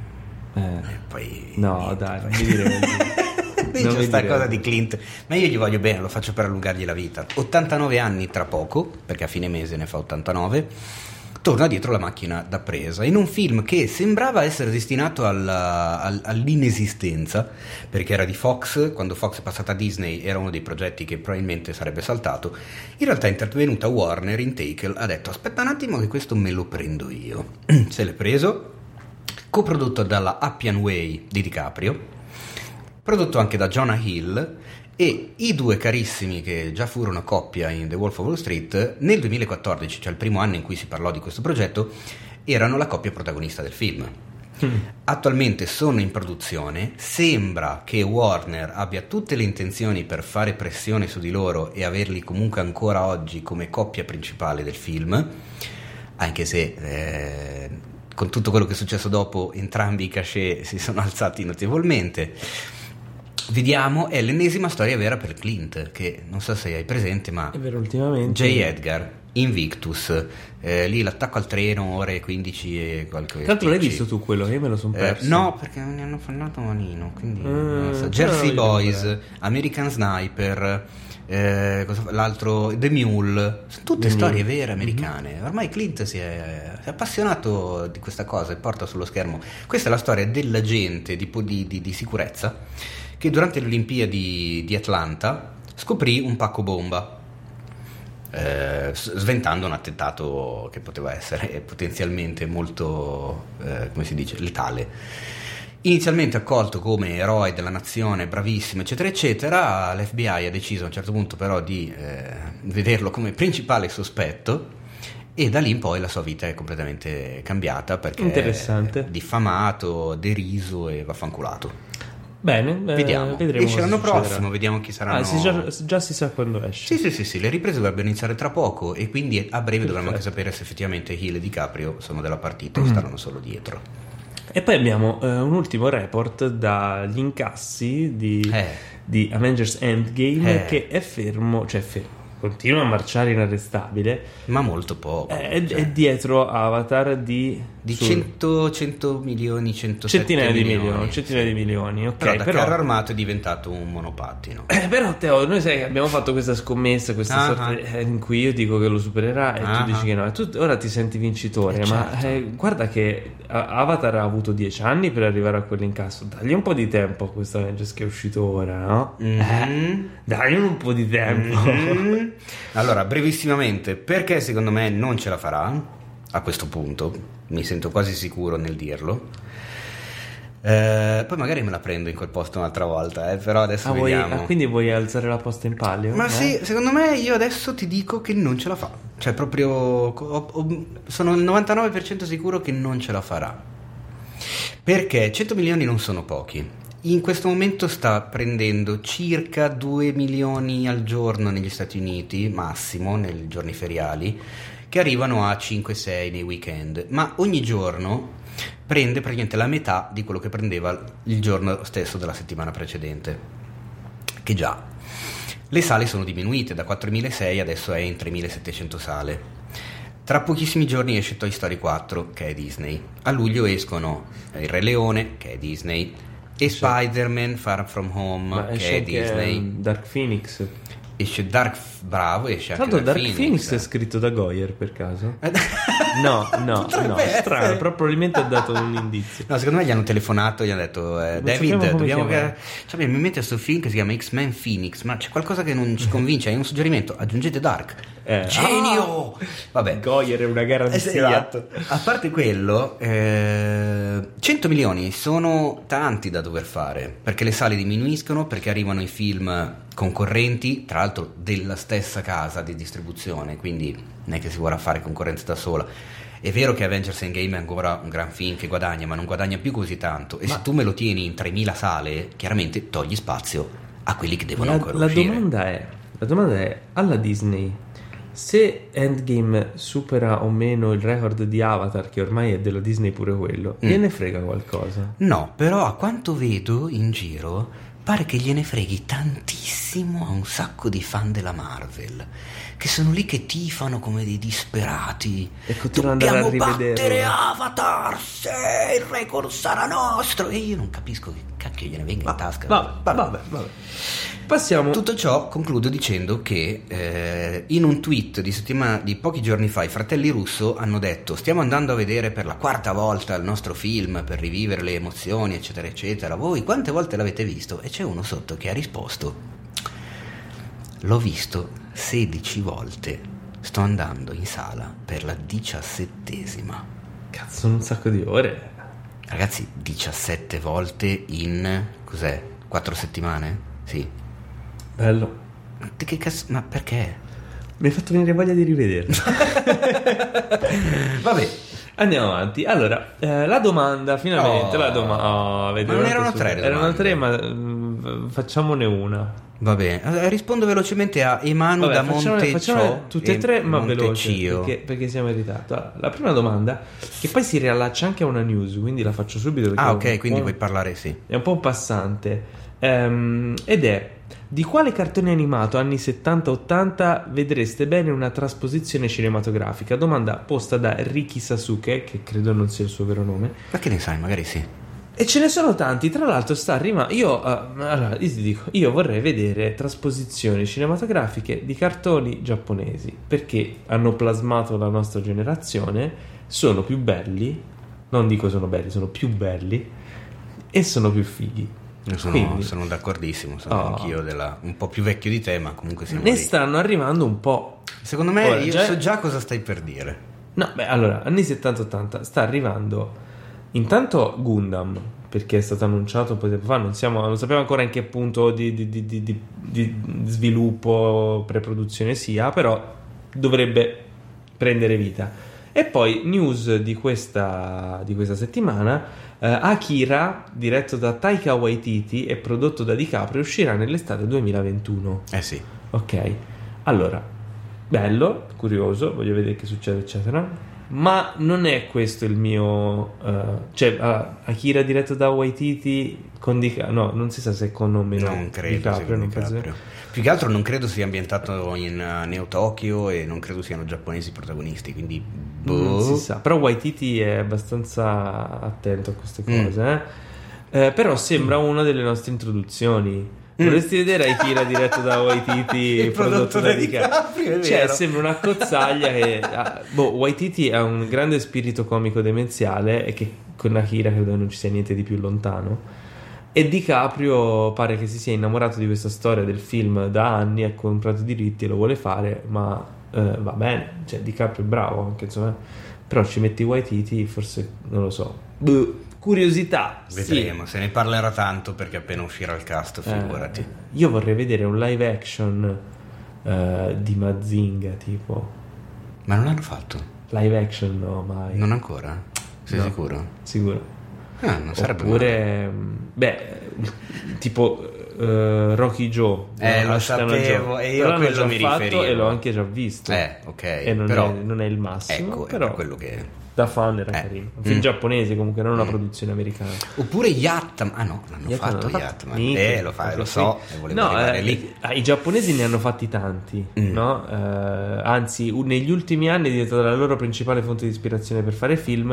no, niente, dai, non mi dire c'è questa cosa di Clint, ma io gli voglio bene, lo faccio per allungargli la vita. 89 anni tra poco, perché a fine mese ne fa 89, torna dietro la macchina da presa in un film che sembrava essere destinato all'inesistenza, perché era di Fox. Quando Fox è passata a Disney era uno dei progetti che probabilmente sarebbe saltato. In realtà è intervenuta Warner in Taken, ha detto aspetta un attimo che questo me lo prendo io. Se l'è preso, coprodotto dalla Appian Way di DiCaprio, prodotto anche da Jonah Hill, e i due carissimi che già furono coppia in The Wolf of Wall Street nel 2014, cioè il primo anno in cui si parlò di questo progetto, erano la coppia protagonista del film. Attualmente sono in produzione, sembra che Warner abbia tutte le intenzioni per fare pressione su di loro e averli comunque ancora oggi come coppia principale del film, anche se con tutto quello che è successo dopo entrambi i cachet si sono alzati notevolmente. Vediamo, è l'ennesima storia vera per Clint, che non so se hai presente, ma è vero, ultimamente J. Edgar Invictus, lì l'attacco al treno, ore 15 e qualche. Tra l'altro l'hai visto tu quello? Io me lo sono perso. No, perché me ne hanno parlato malino, quindi Jersey Boys, American Sniper, l'altro The Mule, sono tutte storie vere americane. Ormai Clint si è appassionato di questa cosa e porta sullo schermo. Questa è la storia dell'agente di sicurezza che durante le Olimpiadi di Atlanta scoprì un pacco bomba, sventando un attentato che poteva essere potenzialmente molto, come si dice, letale. Inizialmente accolto come eroe della nazione, bravissimo, eccetera, eccetera, l'FBI ha deciso a un certo punto però di vederlo come principale sospetto, e da lì in poi la sua vita è completamente cambiata, perché interessante, è diffamato, deriso e vaffanculato. Bene, vedremo. Esce l'anno prossimo, vediamo chi saranno. Già si sa quando esce. Sì, le riprese dovrebbero iniziare tra poco, e quindi a breve dovremo anche sapere se effettivamente Hill e DiCaprio sono della partita o staranno solo dietro. E poi abbiamo un ultimo report dagli incassi di Avengers Endgame, che è fermo, continua a marciare inarrestabile, ma molto poco. È dietro Avatar di 100 milioni, 107 centinaia milioni, di milioni. Ok, però carro armato è diventato un monopattino. Però Teo, noi abbiamo fatto questa scommessa, questa sorta in cui io dico che lo supererà e tu dici che no, e tu ora ti senti vincitore, ma guarda che Avatar ha avuto 10 anni per arrivare a quell'incasso. Dagli un po' di tempo a questa Avengers che è uscito ora, no? Dagli un po' di tempo. Allora, brevissimamente, perché secondo me non ce la farà a questo punto, mi sento quasi sicuro nel dirlo. Poi magari me la prendo in quel posto un'altra volta, però adesso vediamo. Quindi vuoi alzare la posta in palio? Ma sì, secondo me io adesso ti dico che non ce la fa. Cioè proprio sono il 99% sicuro che non ce la farà, perché 100 milioni non sono pochi. In questo momento sta prendendo circa 2 milioni al giorno negli Stati Uniti, massimo nei giorni feriali, che arrivano a 5-6 nei weekend, ma ogni giorno prende praticamente la metà di quello che prendeva il giorno stesso della settimana precedente, che già le sale sono diminuite da 4.600, adesso è in 3.700 sale. Tra pochissimi giorni esce Toy Story 4, che è Disney. A luglio escono Il Re Leone, che è Disney, e Spider-Man Far From Home, che è Disney. Dark Phoenix. Esce bravo, esce anche Tanto Dark Phoenix è scritto da Goyer, per caso? No, strano, però probabilmente ha dato un indizio. No, secondo me gli hanno telefonato, gli hanno detto David, dobbiamo mi mette questo film che si chiama X-Men Phoenix, ma c'è qualcosa che non ci convince, hai un suggerimento, aggiungete Dark. Genio! Vabbè, Goyer è una garanzia. Esatto. A parte quello, 100 milioni sono tanti da dover fare, perché le sale diminuiscono, perché arrivano i film concorrenti, tra l'altro della stessa casa di distribuzione, quindi non è che si vorrà fare concorrenza da sola. È vero che Avengers Endgame è ancora un gran film che guadagna, ma non guadagna più così tanto, e se tu me lo tieni in 3.000 sale, chiaramente togli spazio a quelli che devono ancora uscire. La domanda è, alla Disney, se Endgame supera o meno il record di Avatar, che ormai è della Disney pure quello, gliene frega qualcosa? No, però a quanto vedo in giro pare che gliene freghi tantissimo a un sacco di fan della Marvel, che sono lì che tifano come dei disperati e continuano ad andare a rivedere. Battere Avatar, se il record sarà nostro, e io non capisco che cacchio gliene venga in tasca. Vabbè. Passiamo. Tutto ciò concludo dicendo che in un tweet di pochi giorni fa i fratelli Russo hanno detto: stiamo andando a vedere per la 4ª volta il nostro film per rivivere le emozioni, eccetera eccetera, voi quante volte l'avete visto? E c'è uno sotto che ha risposto: l'ho visto 16 volte, sto andando in sala per la 17ª. Cazzo, sono un sacco di ore, ragazzi. 17 volte in 4 settimane? Sì. Bello. Che cazzo? Ma perché? Mi hai fatto venire voglia di rivederlo. Vabbè, andiamo avanti. Allora, la domanda, finalmente la domanda. Ma non erano 3 le erano 3, ma facciamone una. Va bene, rispondo velocemente a Emanu da Facciamo tutte e 3, ma veloci, perché siamo in ritardo. La prima domanda, che poi si riallaccia anche a una news, quindi la faccio subito. Ok, quindi vuoi parlare, sì. È un po' passante. Ed è: Di quale cartone animato anni 70-80 vedreste bene una trasposizione cinematografica? Domanda posta da Riki Sasuke, che credo non sia il suo vero nome. Ma che ne sai, magari sì. E ce ne sono tanti, tra l'altro sta arrivando. Allora, io ti dico, io vorrei vedere trasposizioni cinematografiche di cartoni giapponesi, perché hanno plasmato la nostra generazione, sono più belli, non dico sono belli, sono più belli e sono più fighi. Sono d'accordissimo, sono anch'io un po' più vecchio di te, ma comunque siamo ne lì. Stanno arrivando un po'. Secondo me, ora, io so già cosa stai per dire. No, beh, allora, anni 70-80 sta arrivando intanto Gundam, perché è stato annunciato un po' di tempo fa, non sappiamo ancora in che punto di sviluppo, preproduzione sia, però dovrebbe prendere vita. E poi news di questa settimana, Akira, diretto da Taika Waititi e prodotto da DiCaprio, uscirà nell'estate 2021. Sì. Ok, allora, bello, curioso, voglio vedere che succede, eccetera. Ma non è questo il mio... Akira diretto da Waititi con DiCaprio... No, non si sa se con o meno non credo DiCaprio, non DiCaprio. penso... Più che altro non credo sia ambientato in Neo Tokyo e non credo siano giapponesi protagonisti, quindi... Non si sa, però Waititi è abbastanza attento a queste cose, però sembra una delle nostre introduzioni. Vorresti vedere Akira diretto da Waititi prodotto da DiCaprio? Cioè, sembra una cozzaglia che... Waititi ha un grande spirito comico demenziale e che con Akira credo non ci sia niente di più lontano. E DiCaprio pare che si sia innamorato di questa storia del film da anni, ha comprato i diritti e lo vuole fare, ma va bene, cioè DiCaprio è bravo anche, insomma, però ci metti Waititi, forse non lo so. Curiosità, vedremo, sì. Se ne parlerà tanto perché appena uscirà il cast, figurati. Io vorrei vedere un live action di Mazinga, tipo. Ma non l'hanno fatto? Live action no, mai. Non ancora? Sei sicuro? Sicuro. Non sarebbe oppure tipo Rocky Joe, lo sapevo e io a quello mi riferivo e l'ho anche già visto, ok, e non è il massimo, ecco, però è quello che da fan era carino, un film giapponese comunque, non una produzione americana. Oppure Yatman, l'hanno fatto Yatman, lo so, e volevo arrivare lì. I giapponesi ne hanno fatti tanti, no? Anzi, negli ultimi anni è diventata la loro principale fonte di ispirazione per fare film,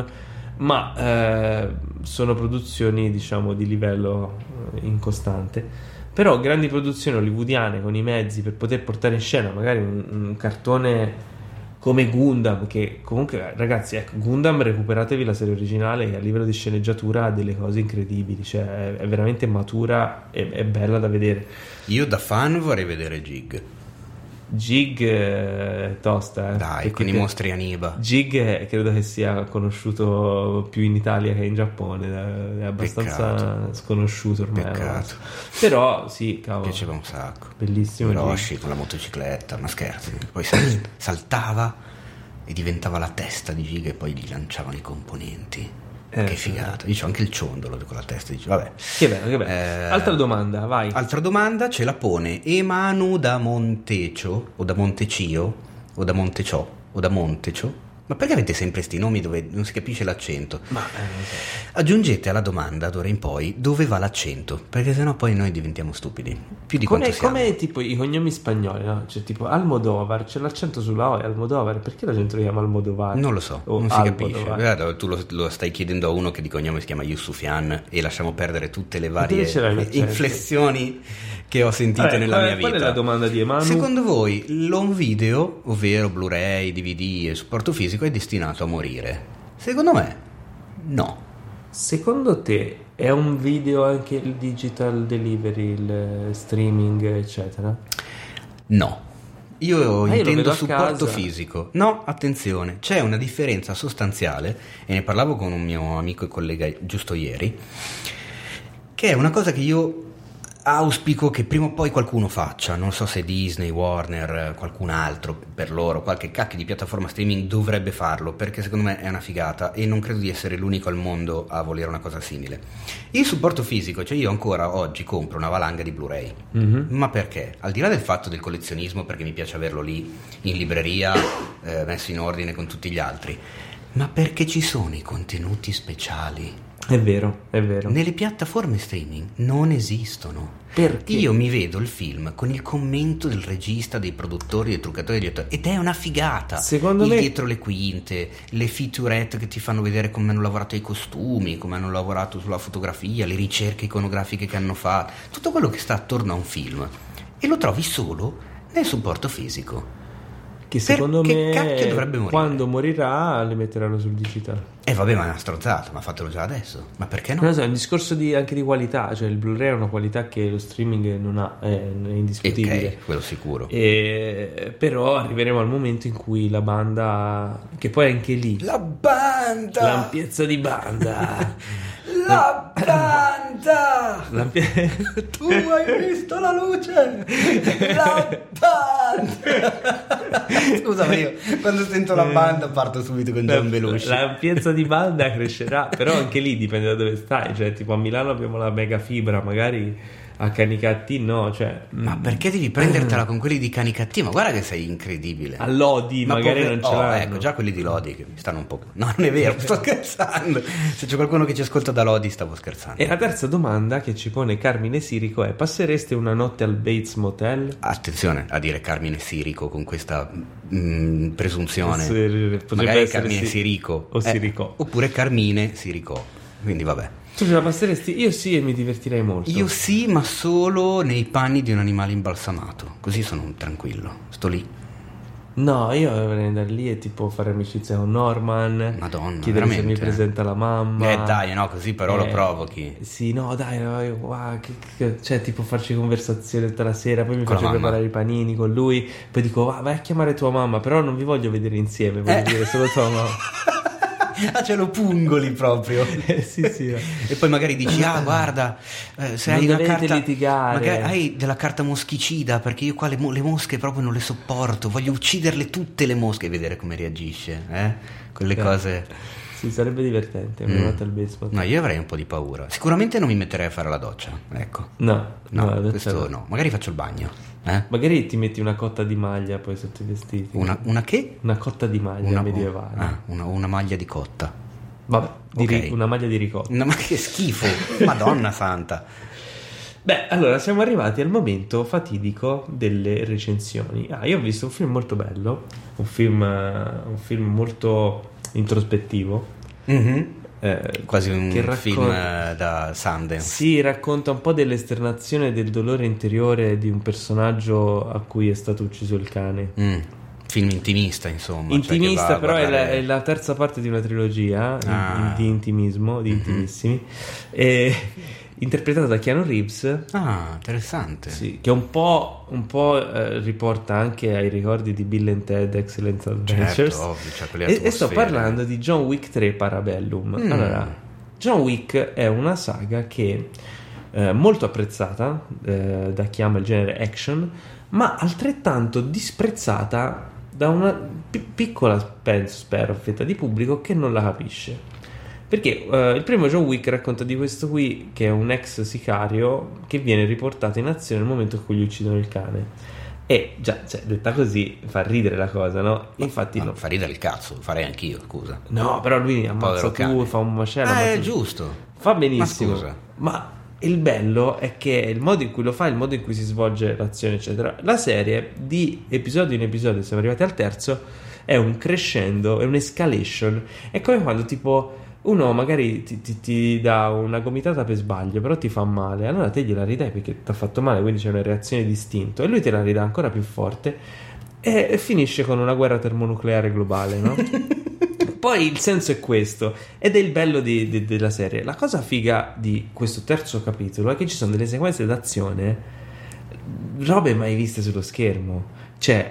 ma sono produzioni, diciamo, di livello incostante. Però grandi produzioni hollywoodiane con i mezzi per poter portare in scena magari un cartone come Gundam, che comunque, ragazzi, ecco, Gundam, recuperatevi la serie originale, che a livello di sceneggiatura ha delle cose incredibili, cioè è veramente matura e è bella da vedere. Io da fan vorrei vedere Jig è tosta, dai, con i mostri Aniba. Jig credo che sia conosciuto più in Italia che in Giappone, è abbastanza sconosciuto ormai. Peccato. Però sì, cavolo, piaceva un sacco, bellissimo. Hiroshi con la motocicletta, ma scherzi, poi saltava e diventava la testa di Jig e poi gli lanciavano i componenti. Che figata, io c'ho anche il ciondolo con la testa, vabbè. Che bello. Altra domanda, vai. Altra domanda ce la pone Emanu da Montecio o da Montecio o da Montecio o da Montecio. Ma perché avete sempre sti nomi dove non si capisce l'accento? Ma aggiungete alla domanda d'ora in poi dove va l'accento, perché sennò poi noi diventiamo stupidi. Più di quanto siamo. Come tipo i cognomi spagnoli, no? Cioè tipo Almodovar, c'è l'accento sulla O, è Almodovar, perché la gente lo chiama Almodovar? Non lo so, non si capisce. Guarda, tu lo stai chiedendo a uno che di cognome si chiama Yusufian e lasciamo perdere tutte le varie inflessioni che ho sentito nella mia vita. Qual è la domanda di Emanu? Secondo voi l'home video, ovvero Blu-ray, DVD e supporto fisico, è destinato a morire? Secondo me no. Secondo te è un video anche il digital delivery, il streaming, eccetera? No. Io intendo supporto fisico. No, attenzione, c'è una differenza sostanziale, e ne parlavo con un mio amico e collega giusto ieri, che è una cosa che io auspico che prima o poi qualcuno faccia. Non so se Disney, Warner, qualcun altro, per loro qualche cacchio di piattaforma streaming dovrebbe farlo, perché secondo me è una figata e non credo di essere l'unico al mondo a volere una cosa simile. Il supporto fisico, cioè io ancora oggi compro una valanga di Blu-ray, ma perché? Al di là del fatto del collezionismo, perché mi piace averlo lì in libreria, messo in ordine con tutti gli altri, ma perché ci sono i contenuti speciali. È vero, è vero. Nelle piattaforme streaming non esistono. Perché? Io mi vedo il film con il commento del regista, dei produttori, dei truccatori, degli attori, ed è una figata. Secondo me dietro le quinte, le featurette che ti fanno vedere come hanno lavorato i costumi, come hanno lavorato sulla fotografia, le ricerche iconografiche che hanno fatto, tutto quello che sta attorno a un film, e lo trovi solo nel supporto fisico. che secondo Che me cacchio dovrebbe morire? quando morirà le metteranno sul digitale. Vabbè, ma è una stronzata, ma fatelo già adesso. Ma perché no? Non lo so, è un discorso anche di qualità, cioè il Blu-ray ha una qualità che lo streaming non ha, è indiscutibile. Ok, quello sicuro. Però arriveremo al momento in cui la banda, che poi anche lì La banda! l'ampiezza di banda. La banda! Tu hai visto la luce? La banda! Scusa, ma io quando sento la banda parto subito con John Belushi. L'ampiezza di banda crescerà, però anche lì dipende da dove stai, cioè tipo a Milano abbiamo la mega fibra, magari a Canicattì no, cioè Ma perché devi prendertela con quelli di Canicattì? Ma guarda che sei incredibile. a Lodi magari non ce l'hanno. Ecco, già quelli di Lodi che mi stanno un po'. No, non è vero, sto scherzando. Se c'è qualcuno che ci ascolta da Lodi, stavo scherzando. E la terza domanda che ci pone Carmine Sirico è: passereste una notte al Bates Motel? Attenzione a dire Carmine Sirico con questa presunzione. Potrebbe Magari essere Carmine Sirico o Sirico. oppure Carmine Sirico. Quindi vabbè. Tu ce la passeresti? Io sì, e mi divertirei molto. Io sì, ma solo nei panni di un animale imbalsamato. Così sono tranquillo. Sto lì. No, io vorrei andare lì e tipo fare amicizia con Norman. Madonna, chiedere se veramente? mi presenta la mamma. Dai, no, così però lo provochi. Sì, no, dai, no, wow, cioè tipo farci conversazione tutta la sera, poi mi Con la faccio mamma. preparare i panini con lui, poi dico vai a chiamare tua mamma, però non vi voglio vedere insieme, voglio vedere solo tua mamma. Ah, ce lo pungoli proprio. Sì, sì. E poi magari dici, guarda, se Non hai una dovete carta, litigare. magari hai della carta moschicida, perché io qua le mosche proprio non le sopporto, voglio ucciderle tutte le mosche e vedere come reagisce, quelle cose. Sì, sarebbe divertente, una notte al baseball. No, io avrei un po' di paura. Sicuramente non mi metterei a fare la doccia, ecco. No, Questo no. Magari faccio il bagno. Magari ti metti una cotta di maglia poi sotto i vestiti. Una che? Una cotta di maglia medievale. Una maglia di cotta. Vabbè, Ok. una maglia di ricotta. Ma che schifo, Madonna santa. Beh, allora siamo arrivati al momento fatidico delle recensioni. Io ho visto un film molto bello, un film molto introspettivo. Quasi un che film da Sundance. Sì, racconta un po' dell'esternazione del dolore interiore di un personaggio a cui è stato ucciso il cane. Film intimista, insomma. Intimista, cioè che va a però guardare- è la terza parte di una trilogia di intimismo, di intimissimi, interpretata da Keanu Reeves. Interessante. Sì, che un po' riporta anche ai ricordi di Bill and Ted Excellent Adventures. Certo, ovvio, c'ha quelle E sto atmosfere. parlando di John Wick 3 Parabellum. Allora, John Wick è una saga che è molto apprezzata da chi ama il genere action, ma altrettanto disprezzata da una piccola, spero, fetta di pubblico che non la capisce. Perché il primo John Wick racconta di questo qui che è un ex sicario che viene riportato in azione nel momento in cui gli uccidono il cane. E già, cioè, detta così fa ridere la cosa, no? Infatti no. Fa ridere il cazzo, lo farei anch'io, scusa. No, però lui ammazza Povero cane. fa un macello. ammazza È tu. giusto. Fa benissimo. Ma scusa. Ma il bello è che il modo in cui lo fa, il modo in cui si svolge l'azione, eccetera. La serie di episodio in episodio, siamo arrivati al terzo, è un crescendo, è un'escalation. È come quando tipo uno magari ti dà una gomitata per sbaglio, però ti fa male, allora te gliela ridai perché ti ha fatto male, quindi c'è una reazione di istinto, e lui te la ridà ancora più forte e finisce con una guerra termonucleare globale, no? Poi il senso è questo, ed è il bello della serie. La cosa figa di questo terzo capitolo è che ci sono delle sequenze d'azione, robe mai viste sullo schermo. Cioè,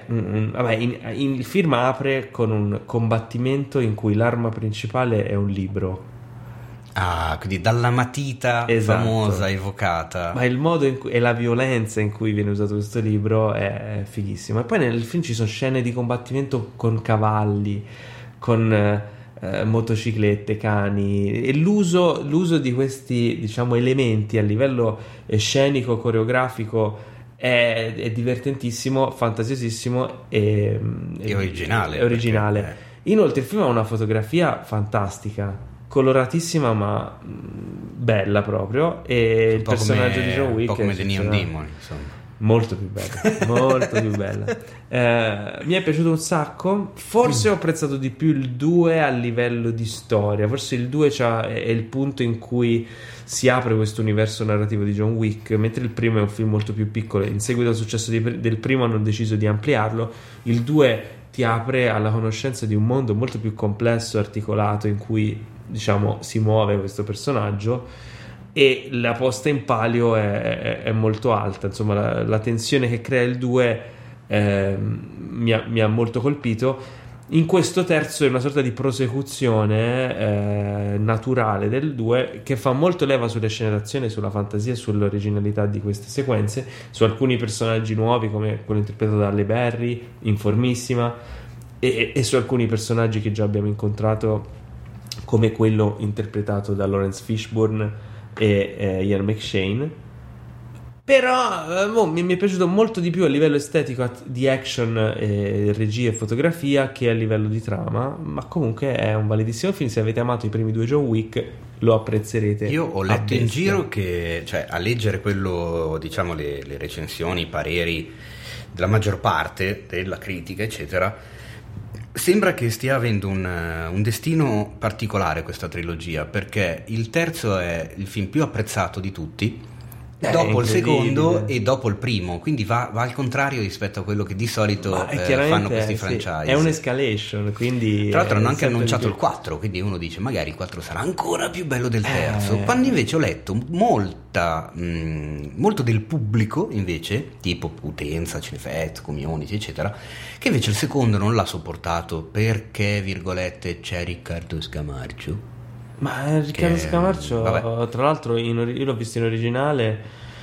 il film apre con un combattimento in cui l'arma principale è un libro. Quindi dalla matita Esatto. famosa, evocata. Ma il modo in cui e la violenza in cui viene usato questo libro è fighissimo. E poi nel film ci sono scene di combattimento con cavalli, con motociclette, cani, e l'uso di questi, diciamo, elementi a livello scenico, coreografico è divertentissimo, fantasiosissimo e originale. è originale. Perché, Inoltre il film ha una fotografia fantastica, coloratissima ma bella proprio, e il personaggio di John Wick un po' come The Neon Demon, insomma. Molto più bella, molto più bella. Mi è piaciuto un sacco. Forse ho apprezzato di più il 2 a livello di storia. Forse il 2 è il punto in cui si apre questo universo narrativo di John Wick, mentre il primo è un film molto più piccolo. In seguito al successo del primo hanno deciso di ampliarlo. Il 2 ti apre alla conoscenza di un mondo molto più complesso e articolato in cui, diciamo, si muove questo personaggio, e la posta in palio è molto alta. Insomma, la tensione che crea il 2 mi ha molto colpito. In questo terzo è una sorta di prosecuzione naturale del 2, che fa molto leva sulle scene d'azione, sulla fantasia e sull'originalità di queste sequenze, su alcuni personaggi nuovi come quello interpretato da Halle Berry, in formissima, e su alcuni personaggi che già abbiamo incontrato, come quello interpretato da Lawrence Fishburne e Ian McShane. Però mi è piaciuto molto di più a livello estetico, di action, regia e fotografia, che a livello di trama. Ma comunque è un validissimo film. Se avete amato i primi 2 John Wick, lo apprezzerete. Io ho letto in giro che, cioè, a leggere quello, diciamo, le recensioni, i pareri della maggior parte della critica, eccetera, sembra che stia avendo un destino particolare questa trilogia, perché il terzo è il film più apprezzato di tutti, dopo il secondo e dopo il primo, quindi va al contrario rispetto a quello che di solito fanno questi franchise. È un'escalation, quindi tra l'altro hanno anche annunciato il 4, quindi uno dice magari il 4 sarà ancora più bello del terzo, quando invece ho letto molto del pubblico, invece, tipo utenza, Cinefet, community, eccetera, che invece il secondo non l'ha sopportato perché, virgolette, c'è Riccardo Scamarcio. Ma Riccardo Scamarcio, tra l'altro, io l'ho visto in originale,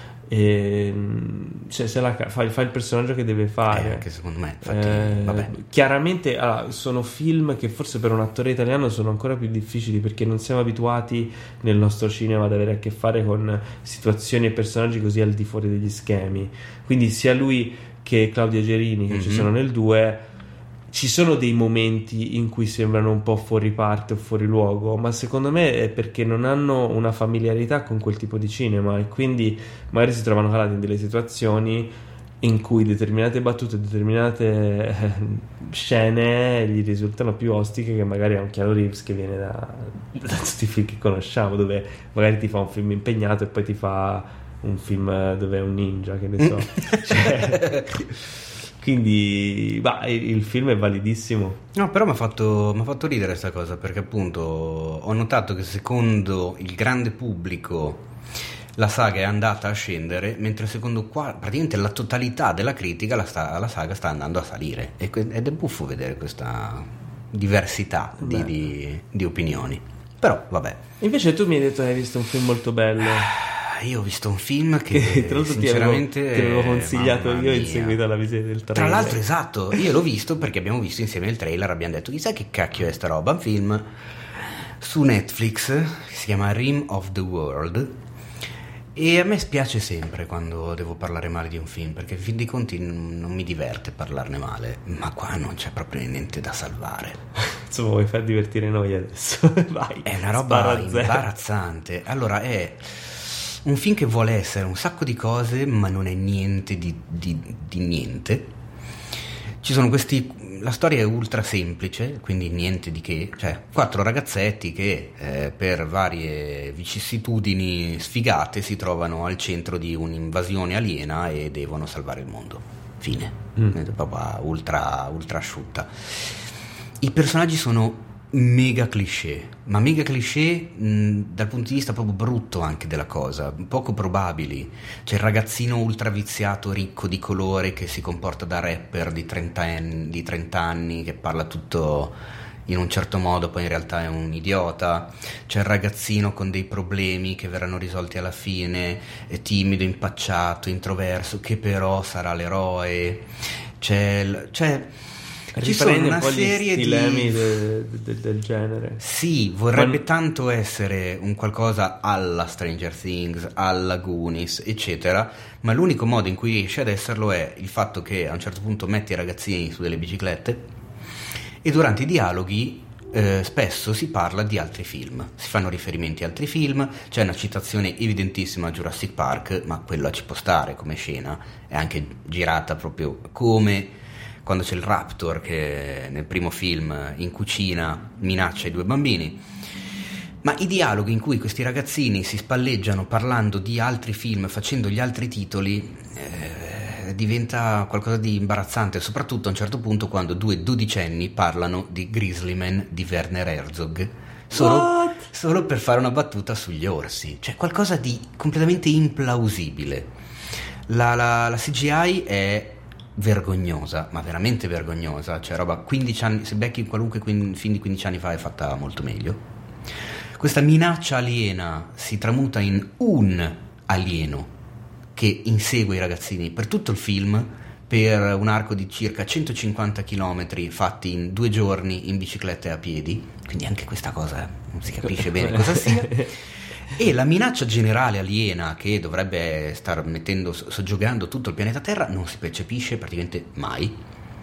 e cioè, fa il personaggio che deve fare, anche secondo me, infatti, chiaramente sono film che forse per un attore italiano sono ancora più difficili, perché non siamo abituati nel nostro cinema ad avere a che fare con situazioni e personaggi così al di fuori degli schemi. Quindi sia lui che Claudia Gerini, che ci sono nel 2, ci sono dei momenti in cui sembrano un po' fuori parte o fuori luogo, ma secondo me è perché non hanno una familiarità con quel tipo di cinema, e quindi magari si trovano calati in delle situazioni in cui determinate battute, determinate scene gli risultano più ostiche che magari a un Keanu Reeves che viene da tutti i film che conosciamo, dove magari ti fa un film impegnato e poi ti fa un film dove è un ninja, che ne so. Cioè, quindi il film è validissimo. No, però mi ha fatto ridere questa cosa, perché appunto ho notato che secondo il grande pubblico la saga è andata a scendere, mentre secondo praticamente la totalità della critica la saga sta andando a salire, ed è buffo vedere questa diversità di opinioni. Però vabbè. Invece tu mi hai detto che hai visto un film molto bello. Io ho visto un film che tra l'altro sinceramente ti avevo consigliato io in seguito alla visita del trailer. Tra l'altro, esatto, io l'ho visto perché abbiamo visto insieme il trailer, abbiamo detto chissà che cacchio è sta roba. Un film su Netflix che si chiama Rim of the World, e a me spiace sempre quando devo parlare male di un film, perché in fin dei conti non mi diverte parlarne male, ma qua non c'è proprio niente da salvare. Insomma, vuoi far divertire noi adesso? Vai, è una roba imbarazzante. Allora, è un film che vuole essere un sacco di cose, ma non è niente di niente. Ci sono la storia è ultra semplice, quindi niente di che. Cioè, 4 ragazzetti che per varie vicissitudini sfigate si trovano al centro di un'invasione aliena e devono salvare il mondo. Fine. È proprio ultra asciutta. I personaggi sono mega cliché, ma mega cliché dal punto di vista proprio brutto anche della cosa, poco probabili. C'è il ragazzino ultra viziato, ricco di colore, che si comporta da rapper di 30 anni, che parla tutto in un certo modo, poi in realtà è un idiota. C'è il ragazzino con dei problemi che verranno risolti alla fine, è timido, impacciato, introverso, che però sarà l'eroe. Ci sono una serie di stilemi del genere. Sì, vorrebbe tanto essere un qualcosa alla Stranger Things, alla Goonies, eccetera, ma l'unico modo in cui riesce ad esserlo è il fatto che a un certo punto metti i ragazzini su delle biciclette e durante i dialoghi spesso si parla di altri film, si fanno riferimenti a altri film, c'è una citazione evidentissima a Jurassic Park, ma quella ci può stare come scena, è anche girata proprio come quando c'è il Raptor che nel primo film in cucina minaccia i 2 bambini. Ma i dialoghi in cui questi ragazzini si spalleggiano parlando di altri film, facendo gli altri titoli, diventa qualcosa di imbarazzante, soprattutto a un certo punto quando 2 dodicenni parlano di Grizzly Man di Werner Herzog solo per fare una battuta sugli orsi, cioè qualcosa di completamente implausibile. La CGI è vergognosa, ma veramente vergognosa, cioè roba 15 anni, se becchi qualunque film di 15 anni fa è fatta molto meglio. Questa minaccia aliena si tramuta in un alieno che insegue i ragazzini per tutto il film, per un arco di circa 150 km fatti in 2 giorni in bicicletta e a piedi, quindi anche questa cosa non si capisce bene cosa sia. E la minaccia generale aliena che dovrebbe star soggiogando tutto il pianeta Terra non si percepisce praticamente mai.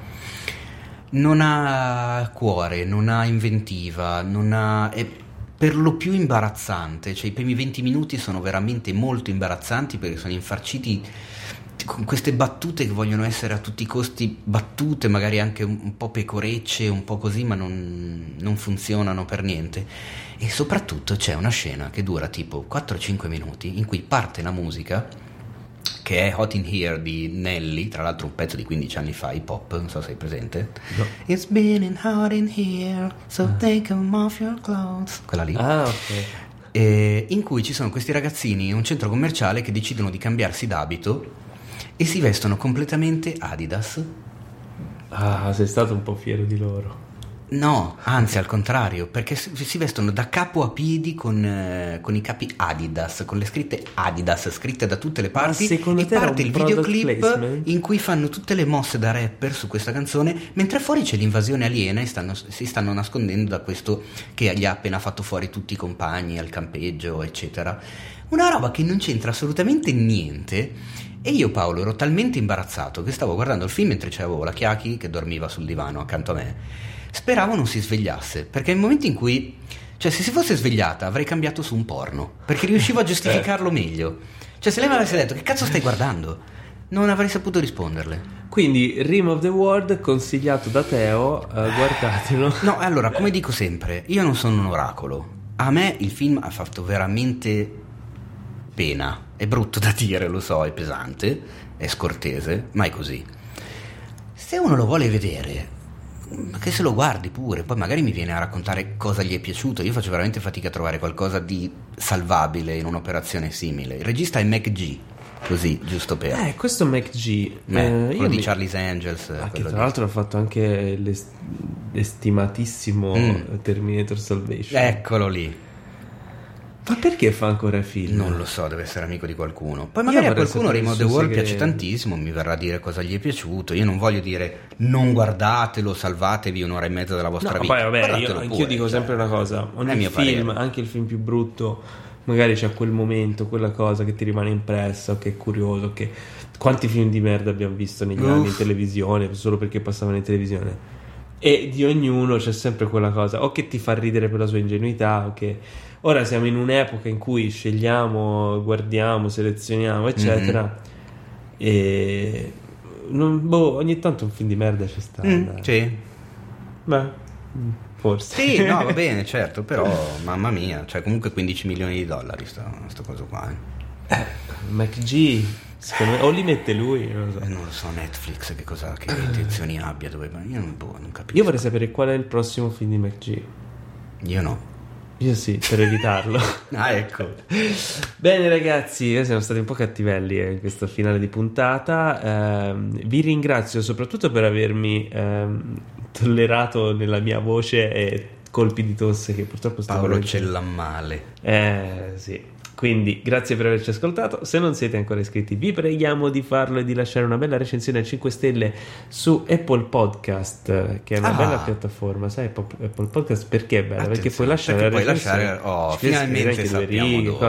Non ha cuore, non ha inventiva, è per lo più imbarazzante, cioè i primi 20 minuti sono veramente molto imbarazzanti perché sono infarciti con queste battute che vogliono essere a tutti i costi battute, magari anche un po' pecorecce, un po' così, ma non funzionano per niente. E soprattutto c'è una scena che dura tipo 4-5 minuti in cui parte la musica, che è Hot in Here di Nelly, tra l'altro un pezzo di 15 anni fa, hip hop, non so se hai presente. No. It's been hot in here, so take off your clothes. Quella lì. Ah, ok. In cui ci sono questi ragazzini in un centro commerciale che decidono di cambiarsi d'abito e si vestono completamente Adidas. Ah, sei stato un po' fiero di loro. No, anzi al contrario, perché si vestono da capo a piedi con i capi Adidas, con le scritte Adidas scritte da tutte le parti, e parte il videoclip in cui fanno tutte le mosse da rapper su questa canzone, mentre fuori c'è l'invasione aliena e si stanno nascondendo da questo che gli ha appena fatto fuori tutti i compagni al campeggio, eccetera. Una roba che non c'entra assolutamente niente. E io, Paolo, ero talmente imbarazzato che stavo guardando il film mentre c'avevo la Chiaki che dormiva sul divano accanto a me. Speravo non si svegliasse, perché nel momento in cui, cioè se si fosse svegliata avrei cambiato su un porno, perché riuscivo a giustificarlo meglio. Cioè se lei mi avesse detto che cazzo stai guardando, non avrei saputo risponderle. Quindi Rim of the World consigliato da Teo, guardatelo. No, allora, come dico sempre, io non sono un oracolo. A me il film ha fatto veramente pena. È brutto da dire, lo so, è pesante, è scortese, ma è così. Se uno lo vuole vedere, che se lo guardi pure, poi magari mi viene a raccontare cosa gli è piaciuto. Io faccio veramente fatica a trovare qualcosa di salvabile in un'operazione simile. Il regista è McG, così, giusto per... questo McG quello di Charlie's Angels, che tra l'altro ha fatto anche l'estimatissimo Terminator Salvation. Eccolo lì. Ma perché fa ancora film? Non lo so, deve essere amico di qualcuno. Poi magari a qualcuno Rim of the World piace tantissimo, mi verrà a dire cosa gli è piaciuto. Io non voglio dire non guardatelo, salvatevi un'ora e mezza della vostra vita. Poi vabbè, anch'io dico sempre una cosa, ogni film, parere. Anche il film più brutto, magari c'è quel momento, quella cosa che ti rimane impressa, che è curioso, che quanti film di merda abbiamo visto negli anni in televisione, solo perché passavano in televisione. E di ognuno c'è sempre quella cosa, o che ti fa ridere per la sua ingenuità, o che... Ora siamo in un'epoca in cui scegliamo, guardiamo, selezioniamo, eccetera. E ogni tanto un film di merda ci sta. Sì. Beh, forse. Sì, no, va bene, certo, però mamma mia, cioè comunque 15 milioni di dollari sto coso qua. McG, secondo me, o li mette lui, non lo so. Non lo so, Netflix che intenzioni abbia, io non capisco. Io vorrei sapere qual è il prossimo film di McG. Io no. Io sì, per evitarlo. Ah, ecco. Bene ragazzi, siamo stati un po' cattivelli in questo finale di puntata. Vi ringrazio soprattutto per avermi tollerato nella mia voce e colpi di tosse che purtroppo Paolo ce l'ha male. Sì. Quindi grazie per averci ascoltato. Se non siete ancora iscritti vi preghiamo di farlo e di lasciare una bella recensione a 5 stelle su Apple Podcast, che è una bella piattaforma. Sai Apple Podcast perché è bella? Perché puoi lasciare la recensione, finalmente sappiamo dove.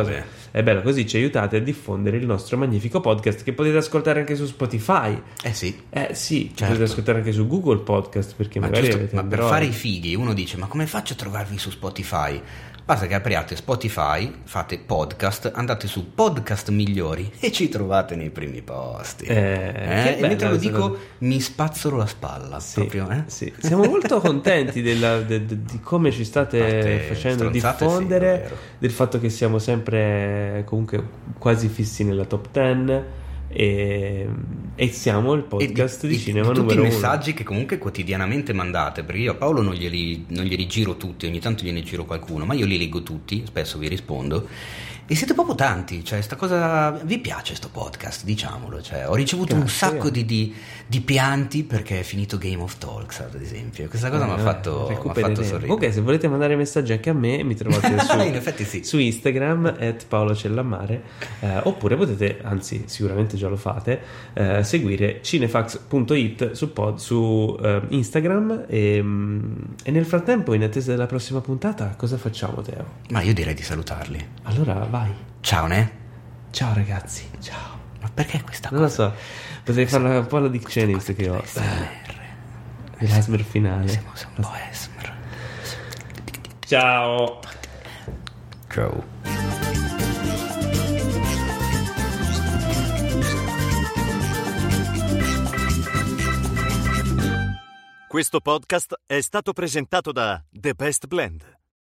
È bello, così ci aiutate a diffondere il nostro magnifico podcast che potete ascoltare anche su Spotify. Sì. Sì, certo. Potete ascoltare anche su Google Podcast, perché magari avete ma per Android. fare i fighi uno dice: ma come faccio a trovarvi su Spotify? Basta che apriate Spotify, fate podcast, andate su podcast migliori e ci trovate nei primi posti. Che E mentre lo bella dico cosa. mi spazzolo la spalla. Sì, Proprio, sì. Siamo molto contenti di come ci state Parte facendo stronzate, diffondere, sì, davvero. del fatto che siamo sempre comunque quasi fissi nella top 10 e siamo il podcast di cinema tutti numero i 1. messaggi che comunque quotidianamente mandate, perché io a Paolo non glieli giro tutti, ogni tanto gliene giro qualcuno, ma io li leggo tutti, spesso vi rispondo. E siete proprio tanti, cioè sta cosa vi piace sto podcast, diciamolo, cioè, ho ricevuto un Grazie. sacco di pianti perché è finito Game of Talks, ad esempio. Questa cosa mi ha fatto sorridere. Ok, se volete mandare messaggi anche a me, mi trovate In effetti sì. su Instagram @paolocellammare, oppure potete, anzi sicuramente già lo fate, seguire cinefax.it su Instagram e nel frattempo, in attesa della prossima puntata, cosa facciamo, Teo? Ma io direi di salutarli. Allora vai. Ciao, ne? Ciao ragazzi, ciao. Ma perché questa Non lo cosa? so, potrei farla un po' la Dick Cheney visto che ho l'ASMR finale. Siamo un po' ASMR. Ciao. Ciao. Questo podcast è stato presentato da The Best Blend,